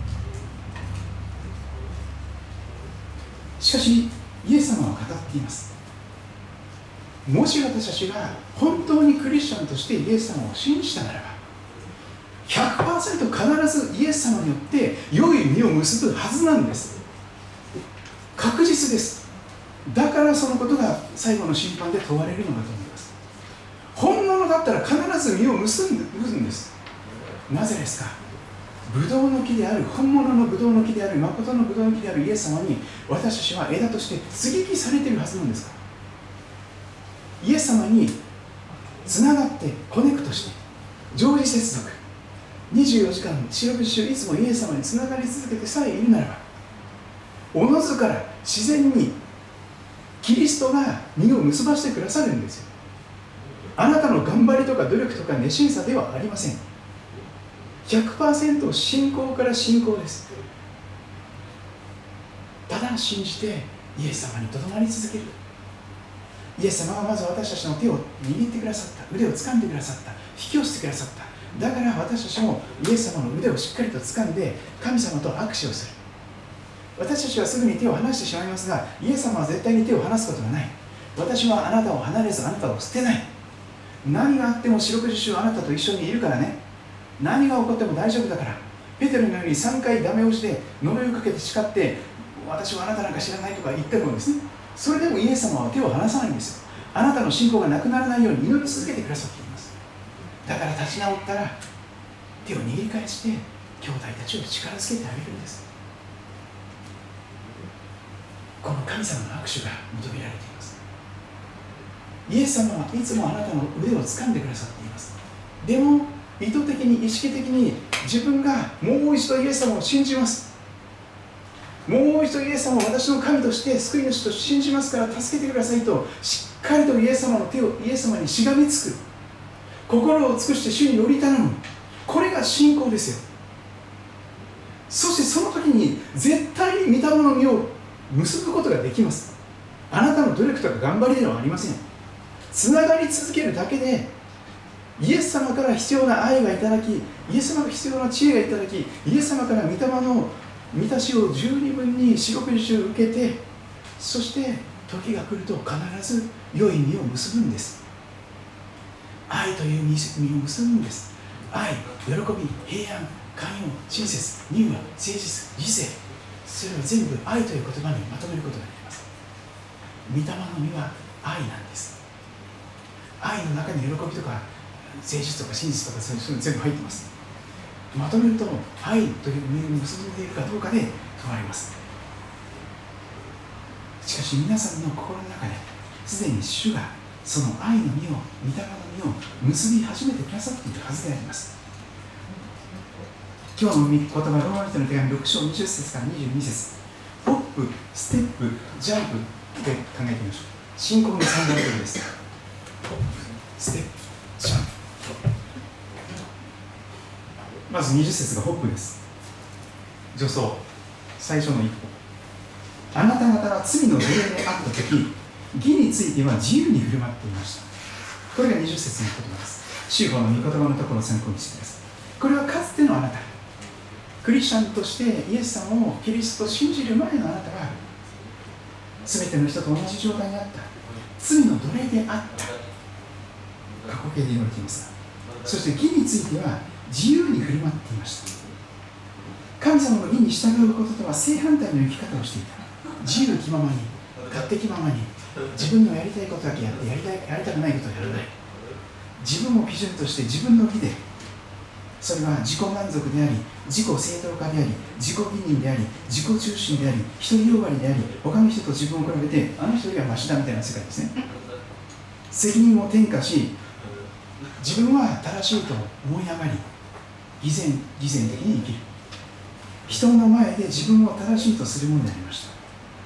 しかしイエス様は語っています。もし私たちが本当にクリスチャンとしてイエス様を信じたならば 100% 必ずイエス様によって良い実を結ぶはずなんです。確実です。だからそのことが最後の審判で問われるのだと思います。本物だったら必ず実を結んです。なぜですか。ブドウの木である、本物のブドウの木である、誠のブドウの木であるイエス様に私たちは枝として接ぎ木されているはずなんですから。イエス様につながってコネクトして常時接続、24時間四六時中いつもイエス様につながり続けてさえいるならば、おのずから自然にキリストが実を結ばせてくださるんですよ。あなたの頑張りとか努力とか熱心さではありません。100% 信仰から信仰です。ただ信じてイエス様にとどまり続ける。イエス様がまず私たちの手を握ってくださった、腕を掴んでくださった、引き寄せてくださった。だから私たちもイエス様の腕をしっかりと掴んで神様と握手をする。私たちはすぐに手を離してしまいますが、イエス様は絶対に手を離すことがない。私はあなたを離れずあなたを捨てない。何があっても四六時中あなたと一緒にいるからね。何が起こっても大丈夫だから。ペテロのように3回ダメ押しで呪いをかけて誓って、私はあなたなんか知らないとか言ってもですね、それでもイエス様は手を離さないんですよ。あなたの信仰がなくならないように祈り続けてくださっています。だから立ち直ったら手を握り返して兄弟たちを力づけてあげるんです。この神様の握手が求められています。イエス様はいつもあなたの腕を掴んでくださっています。でも意図的に意識的に自分がもう一度イエス様を信じます。もう一度イエス様を私の神として救い主と信じますから助けてくださいと、しっかりとイエス様の手をイエス様にしがみつく。心を尽くして主により頼む。これが信仰ですよ。そしてその時に絶対に御霊の実を結ぶことができます。 あなたの努力とか頑張りではありません。つながり続けるだけで、イエス様から必要な愛がいただき、イエス様から必要な知恵がいただき、イエス様から御霊の満たしを十二分に四六時中受けて、そして時が来ると必ず良い実を結ぶんです。愛という実を結ぶんです。愛、喜び、平安、寛容、親切、仁和、誠実、理性、それは全部愛という言葉にまとめることができます。御霊の実は愛なんです。愛の中に喜びとか誠実とか真実とかそういうの全部入ってます。まとめると愛という実を結んでいるかどうかで問われます。しかし皆さんの心の中ですでに主がその愛の実を、御霊の実を結び始めてくださっているはずであります。今日の御言葉、ローマ人の手紙6章20節から22節、ホップ、ステップ、ジャンプで考えてみましょう。信仰の3段階です。ホップ、ステップ、ジャンプ。まず20節がホップです。助走、最初の一歩。あなた方は罪の奴隷であったとき、義については自由に振る舞っていました。これが20節の言葉です。主語の御言葉のところを参考にしてください。これはかつてのあなた、クリスチャンとしてイエス様をキリストと信じる前のあなたは、全ての人と同じ状態にあった、罪の奴隷であった、過去形で言われていますが、そして義については自由に振る舞っていました。神様の義に従うこととは正反対の生き方をしていた。自由気ままに、勝手気ままに、自分のやりたいことだけやって、やりたくないことをやらない。自分を基準として自分の義で、それは自己満足であり、自己正当化であり、自己義認であり、自己中心であり、独りよがりであり、他の人と自分を比べて、あの人よりはマシだみたいな世界ですね。責任を転嫁し、自分は正しいと思い上がり、偽善的に生きる。人の前で自分を正しいとするものでありました。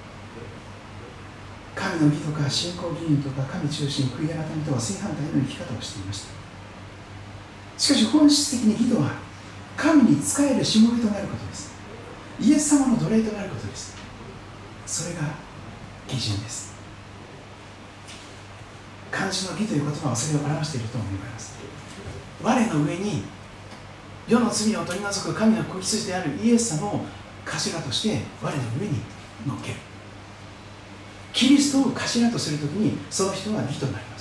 神の義とか信仰義人とか神中心、悔い改めとは正反対の生き方をしていました。しかし本質的に義とは神に仕えるしもべとなることです。イエス様の奴隷となることです。それが義人です。漢字の義という言葉はそれを表していると思います。我の上に世の罪を取り除く神の子羊であるイエス様を頭として我の上に乗っける。キリストを頭とするときにその人は義となります。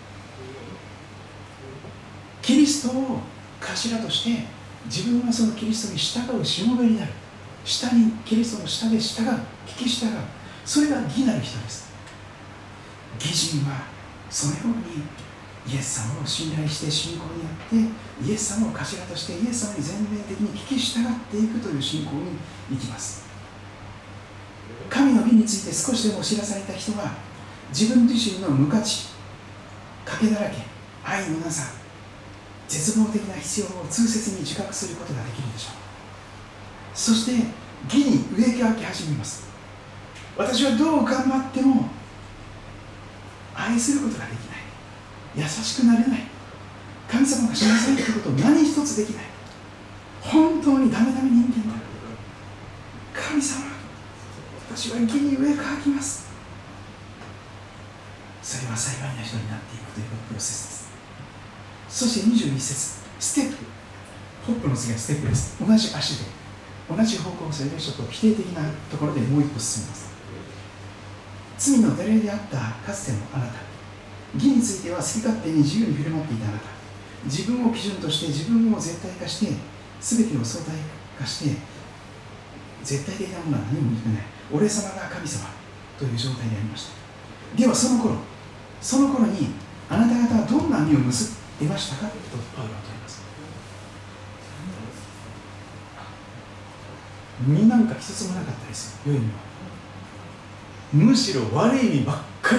キリストを頭として自分はそのキリストに従うしもべになる。下にキリストの下で従う、聞き従う。それが義なる人です。義人はそのようにイエス様を信頼して信仰によってイエス様を頭としてイエス様に全面的に聞き従っていくという信仰に行きます。神の義について少しでも知らされた人は自分自身の無価値、賭けだらけ、愛のなさ、絶望的な必要を痛切に自覚することができるでしょう。そして義に植え替え始めます。私はどう頑張っても愛することができない、優しくなれない、神様がしなさいということを何一つできない、本当にダメダメ人間だ。神様、私は義に植え替えます。それは幸いな人になっていくというプロセスです。そして21節、ステップ、ホップの次はステップです。同じ足で同じ方向性でちょっと否定的なところでもう一歩進みます。罪の奴隷であったかつてのあなた、義については好き勝手に自由に振る舞っていたあなた、自分を基準として自分を絶対化して全てを相対化して絶対的なものは何も認めない、俺様が神様という状態でありました。ではその頃にあなた方はどんな実を結んでいましたかとパウロは問います。実なんか一つもなかったですよ。良い実はむしろ悪い実ばっかり。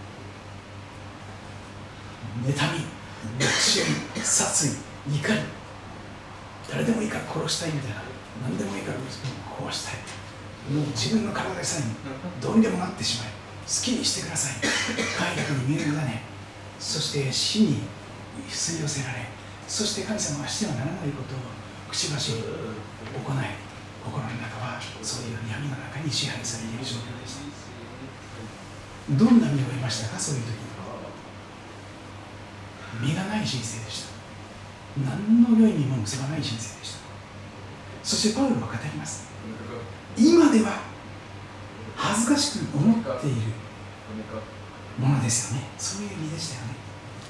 妬み、憎しみ、殺意、怒り、誰でもいいから殺したいみたいな、何でもいいから壊したい、もう自分の体でさえどうにでもなってしまい、好きにしてください、快楽に身を委ね、そして死に吸い寄せられ、そして神様がしてはならないことを口走り行い、心の中はそういう闇の中に支配されている状況です。 どんな実を得ましたか？そういう時に実がない人生でした。何の良い実も結ばない人生でした。そしてパウロは語ります。今では恥ずかしく思っているものですよね。そういう実でしたよね。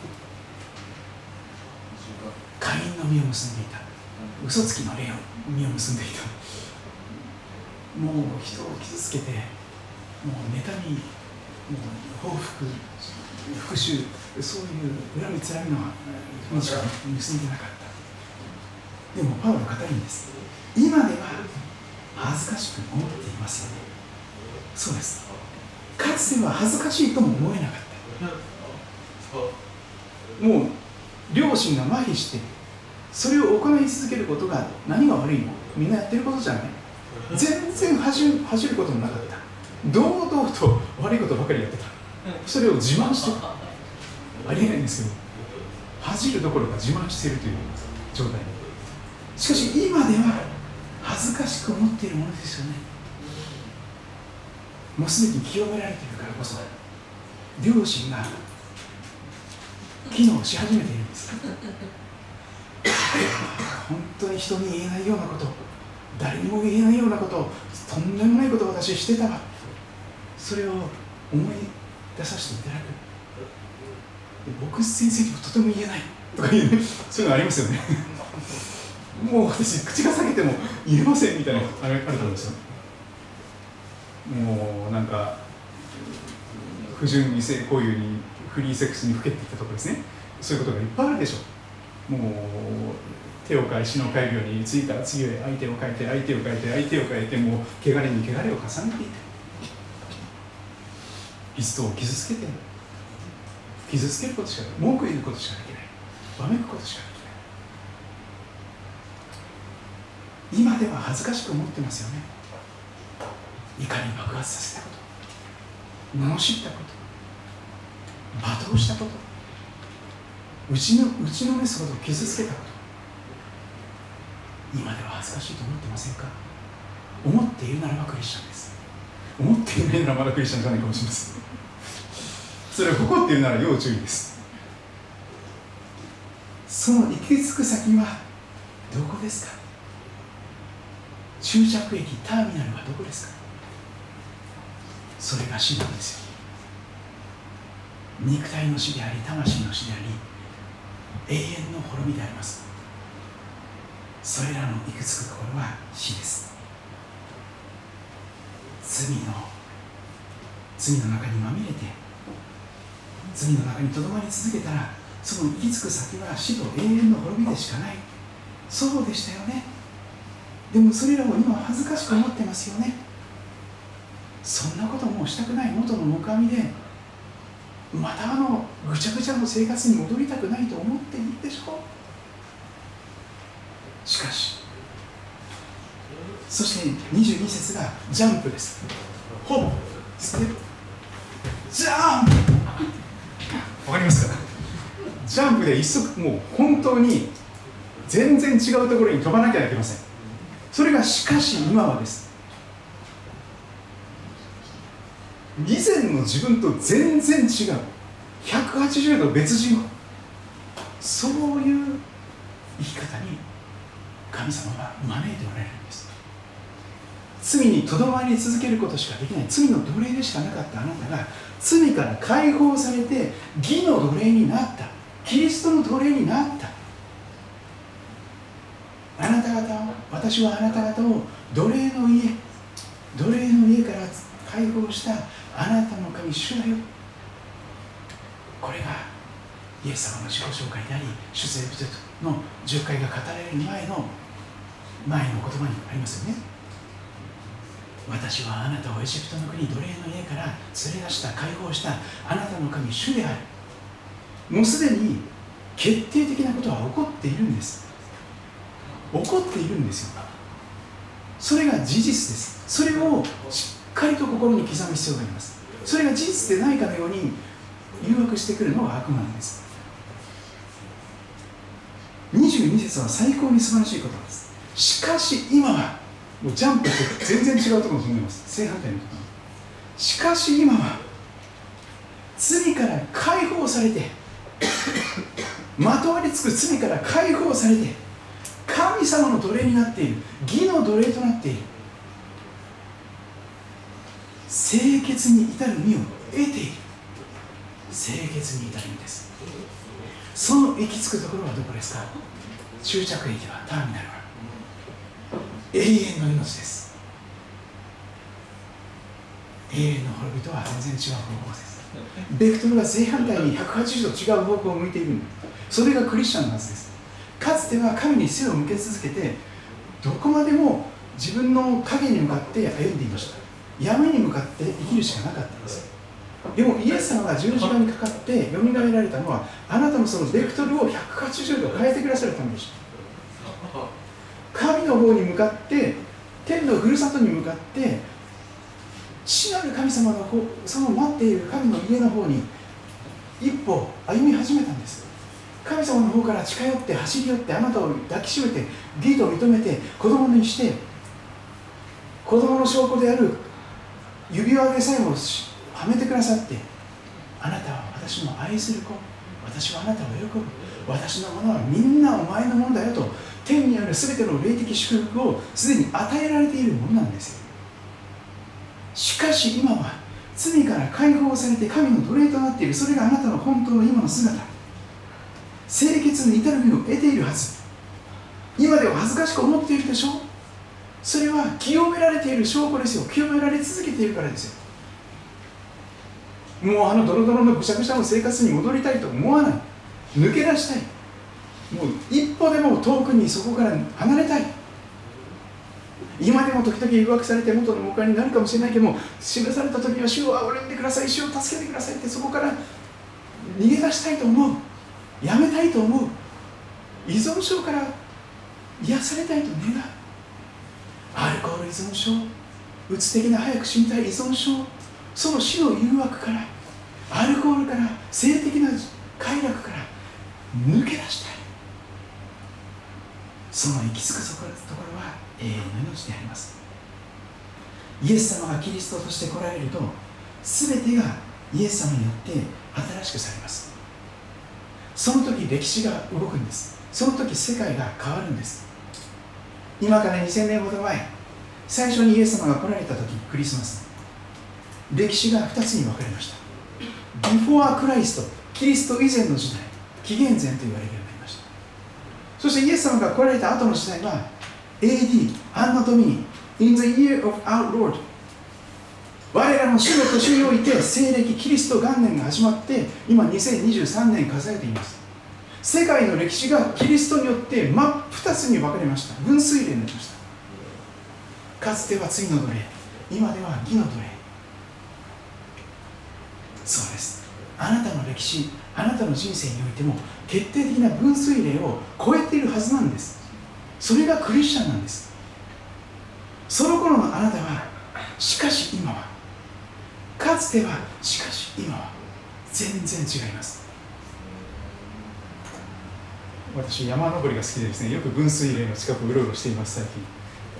カインの実を結んでいた。嘘つきの霊の実を結んでいた。もう人を傷つけて、もう妬み、もう報復、復讐、そういう恨みつらみの実しか結んでなかった。でもパウロは語るんです。今では恥ずかしく思っていますよね。そうです。かつては恥ずかしいとも思えなかった。もう良心が麻痺してそれを行い続けることが何が悪いの？みんなやってることじゃない。全然恥じることもなかった。堂々と悪いことばかりやってた。それを自慢してた。ありえないんですけど、恥じるどころか自慢しているという状態。しかし今では恥ずかしく思っているものですよね。もうすでに清められているからこそ良心が機能し始めているんです。本当に人に言えないようなこと、誰にも言えないようなこと、とんでもないことを私してたわ。それを思い出させていただく。僕先生にもとても言えないとかいうそういうのありますよね。もう私口が裂けても言えませんみたいなのあると思うんですよ。もうなんか不純に性行為にフリーセックスにふけっていったところですね。そういうことがいっぱいあるでしょう。もう手を変え死の変えるように次から次へ相手を変えて相手を変えて相手を変えて、もう汚れに汚れを重ねていて、人を傷つけて傷つけることしか文句言うことしかできない。わめくことしかできない。今では恥ずかしく思ってますよね。怒り爆発させたこと、罵ったこと、罵倒したこと、打ちのめすほど傷つけたこと、今では恥ずかしいと思ってませんか？思っているならばクリスチャンです。思っていないならまだクリスチャンじゃないかもしれません。それを誇っているなら要注意です。その行き着く先はどこですか？終着駅、ターミナルはどこですか？それが死なんですよ。肉体の死であり魂の死であり永遠の滅びであります。それらの行き着くところは死です。罪の中にまみれて罪の中にとどまり続けたら、その行き着く先は死と永遠の滅びでしかない。そうでしたよね。でもそれらを今は恥ずかしく思ってますよね。そんなこともうしたくない。元の木阿弥でまたぐちゃぐちゃの生活に戻りたくないと思っているでしょう。しかしそして22節がジャンプです。ホップステップジャンプ、わかりますか？ジャンプで一足、もう本当に全然違うところに飛ばなきゃいけません。それがしかし今はです。以前の自分と全然違う180度別人、そういう生き方に神様は招いておられるんです。罪にとどまり続けることしかできない、罪の奴隷でしかなかったあなたが罪から解放されて義の奴隷になった、キリストの奴隷になった。あなた方を、私はあなた方を奴隷の家から解放したあなたの神主だよ。これがイエス様の自己紹介であり、出エピソードの10回が語られる前の言葉にありますよね。私はあなたをエジプトの国奴隷の家から連れ出した、解放したあなたの神主である。もうすでに決定的なことは起こっているんです。起こっているんですよ。それが事実です。それをしっかりと心に刻む必要があります。それが事実でないかのように誘惑してくるのは悪魔なんです。22節は最高に素晴らしいことです。しかし今はもうジャンプって全然違うところに飛んでます。正反対のところ。しかし今は放されてまとわりつく罪から解放されて神様の奴隷になっている、義の奴隷となっている、清潔に至る身を得ている。清潔に至る身です。その行き着くところはどこですか？終着駅は、ターミナルは永遠の命です。永遠の滅びとは全然違う方向です。ベクトルが正反対に180度違う方向を向いているんです。それがクリスチャンのはずです。かつては神に背を向け続けて、どこまでも自分の影に向かって歩んでいました。闇に向かって生きるしかなかったんです。でもイエス様が十字架にかかってよみがえられたのは、あなたのそのベクトルを180度変えてくださるためでした。神の方に向かって、天のふるさとに向かって、父なる神様の方、その待っている神の家の方に一歩歩み始めたんです。神様の方から近寄って走り寄って、あなたを抱きしめて義と認めて子供にして、子供の証拠である指輪でさえもはめてくださって、あなたは私の愛する子、私はあなたを喜ぶ、私のものはみんなお前のものだよと、天にあるすべての霊的祝福をすでに与えられているものなんですよ。しかし今は罪から解放されて神の奴隷となっている。それがあなたの本当の今の姿。清潔に至る身を得ているはず。今では恥ずかしく思っているでしょう。それは清められている証拠ですよ。清められ続けているからですよ。もうあのドロドロのぐしゃぐしゃの生活に戻りたいと思わない。抜け出したい。もう一歩でも遠くにそこから離れたい。今でも時々誘惑されて元の向かいになるかもしれないけども、示された時は主を憐れんでください、主を助けてくださいって、そこから逃げ出したいと思う。やめたいと思う。依存症から癒されたいと願う。アルコール依存症、うつ的な早く死にたい依存症、その死の誘惑から、アルコールから、性的な快楽から抜け出したい。その行き着くところは永遠の命であります。イエス様がキリストとして来られると、全てがイエス様によって新しくされます。その時歴史が動くんです。その時世界が変わるんです。今から2000年ほど前、最初にイエス様が来られた時、クリスマス、歴史が2つに分かれました。ビフォークライスト、キリスト以前の時代、紀元前と言われるようになりました。そしてイエス様が来られた後の時代は AD、アンナドミニ、In the year of our Lord、 我らの主の年において西暦キリスト元年が始まって、今2023年数えています。世界の歴史がキリストによって真っ二つに分かれました。分水嶺になりました。かつては罪の奴隷、今では義の奴隷。そうです。あなたの歴史、あなたの人生においても決定的な分水嶺を超えているはずなんです。それがクリスチャンなんです。その頃のあなたは、しかし今は、かつては、しかし今は全然違います。私、山登りが好きでですね、よく分水嶺の近くうろうろしています。最近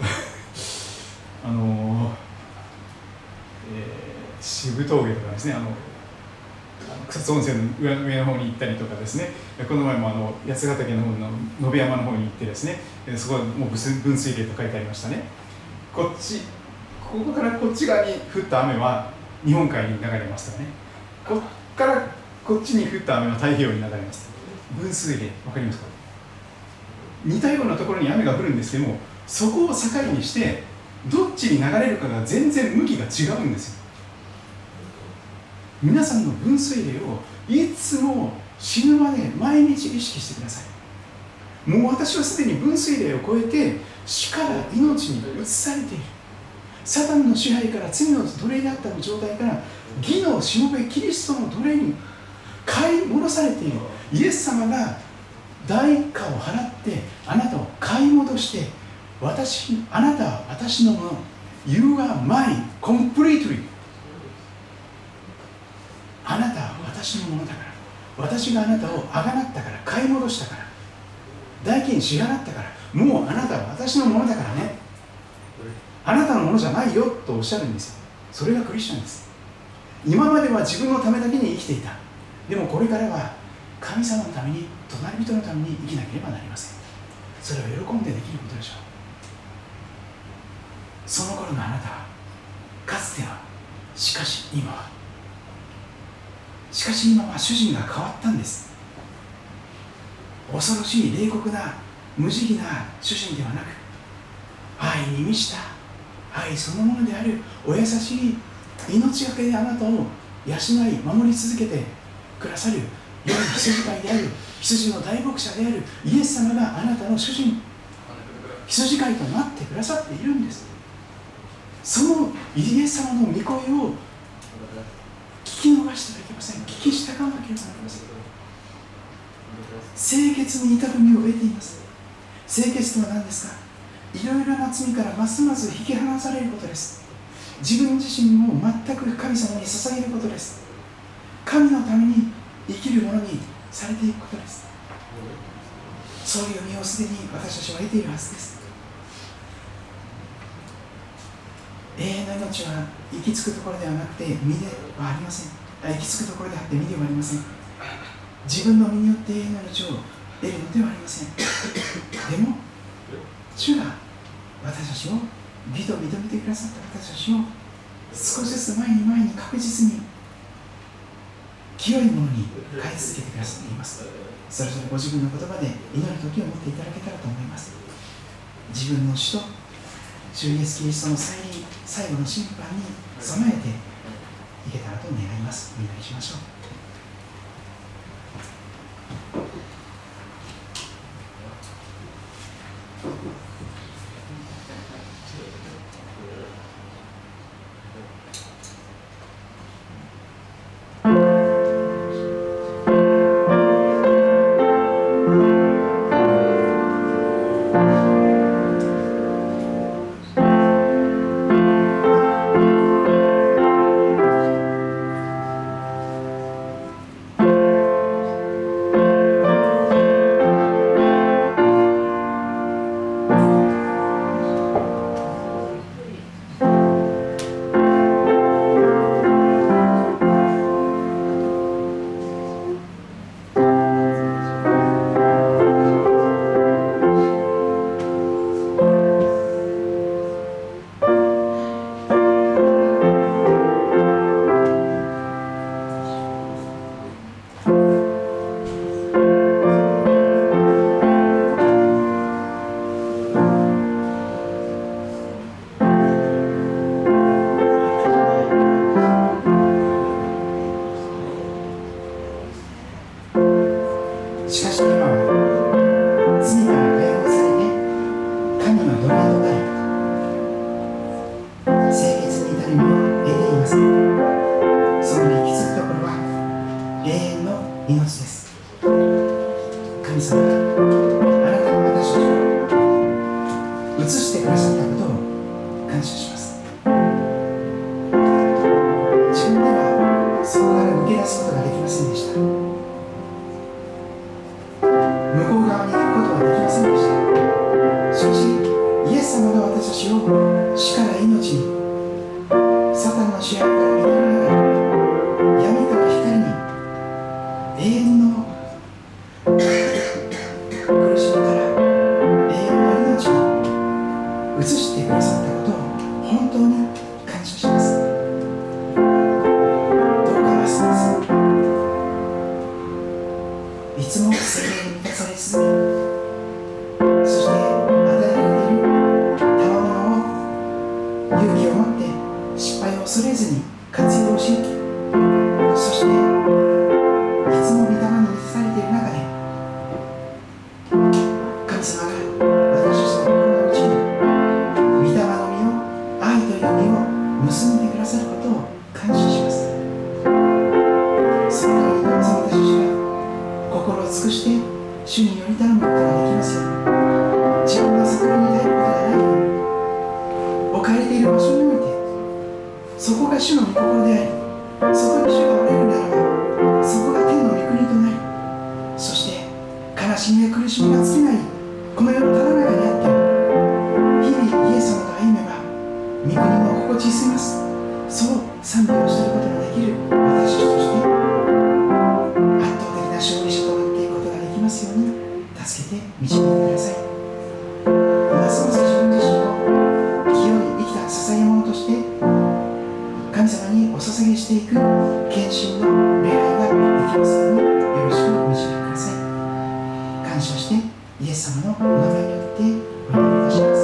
渋峠とかですね、草津温泉の上の方に行ったりとかですね、この前も八ヶ岳の方の野辺山の方に行ってですね、そこはもう分水嶺と書いてありましたね。ここからこっち側に降った雨は日本海に流れますからね、ここからこっちに降った雨は太平洋に流れます。分水嶺、わかりますか？似たようなところに雨が降るんですけども、そこを境にしてどっちに流れるかが全然向きが違うんですよ。皆さんの分水嶺をいつも死ぬまで毎日意識してください。もう私はすでに分水嶺を越えて死から命に移されている。サタンの支配から罪の奴隷であった状態から義のしもべキリストの奴隷に買い戻されている。イエス様が代価を払ってあなたを買い戻して、あなたは私のもの。You are mine completely。あなたは私のものだから、私があなたをあがなったから、買い戻したから、代金支払ったから、もうあなたは私のものだからね、あなたのものじゃないよとおっしゃるんですよ。それがクリスチャンです。今までは自分のためだけに生きていた。 でもこれからは神様のために、隣人のために生きなければなりません。それを喜んでできることでしょう。その頃のあなたは、かつては、しかし今は主人が変わったんです。恐ろしい冷酷な無慈悲な主人ではなく、愛に満ちた愛そのものであるお優しい命がけであなたを養い守り続けてくださる良い羊飼いである、羊の大牧者であるイエス様があなたの主人、羊飼いとなってくださっているんです。そのイエス様の御声を聞き逃してはいけません。聞き従わなければなりません。清潔に至る身を得ています。清潔とは何ですか？いろいろな罪からますます引き離されることです。自分自身も全く神様に捧げることです。神のために生きるものにされていくことです。そういう身をすでに私たちは得ているはずです。永遠の命は行き着くところではなくて身ではありません。行き着くところであって身ではありません。自分の身によって永遠の命を得るのではありません。でも主が私たちを義と認めてくださった私たちを少しずつ前に確実に清いものに変え続けてくださっています。それぞれご自分の言葉で祈る時を持っていただけたらと思います。自分の死と主イエスキリストの再臨、最後の審判に備えていけたらと願います。お祈りしましょう。 そう賛美をすることができる私として助けて導いてください。ますます自分自身を清い生きた捧げ物として神様にお捧げしていく献身の礼拝ができますようによろしくお導きください。感謝してイエス様のお名前によってお祈りいたします。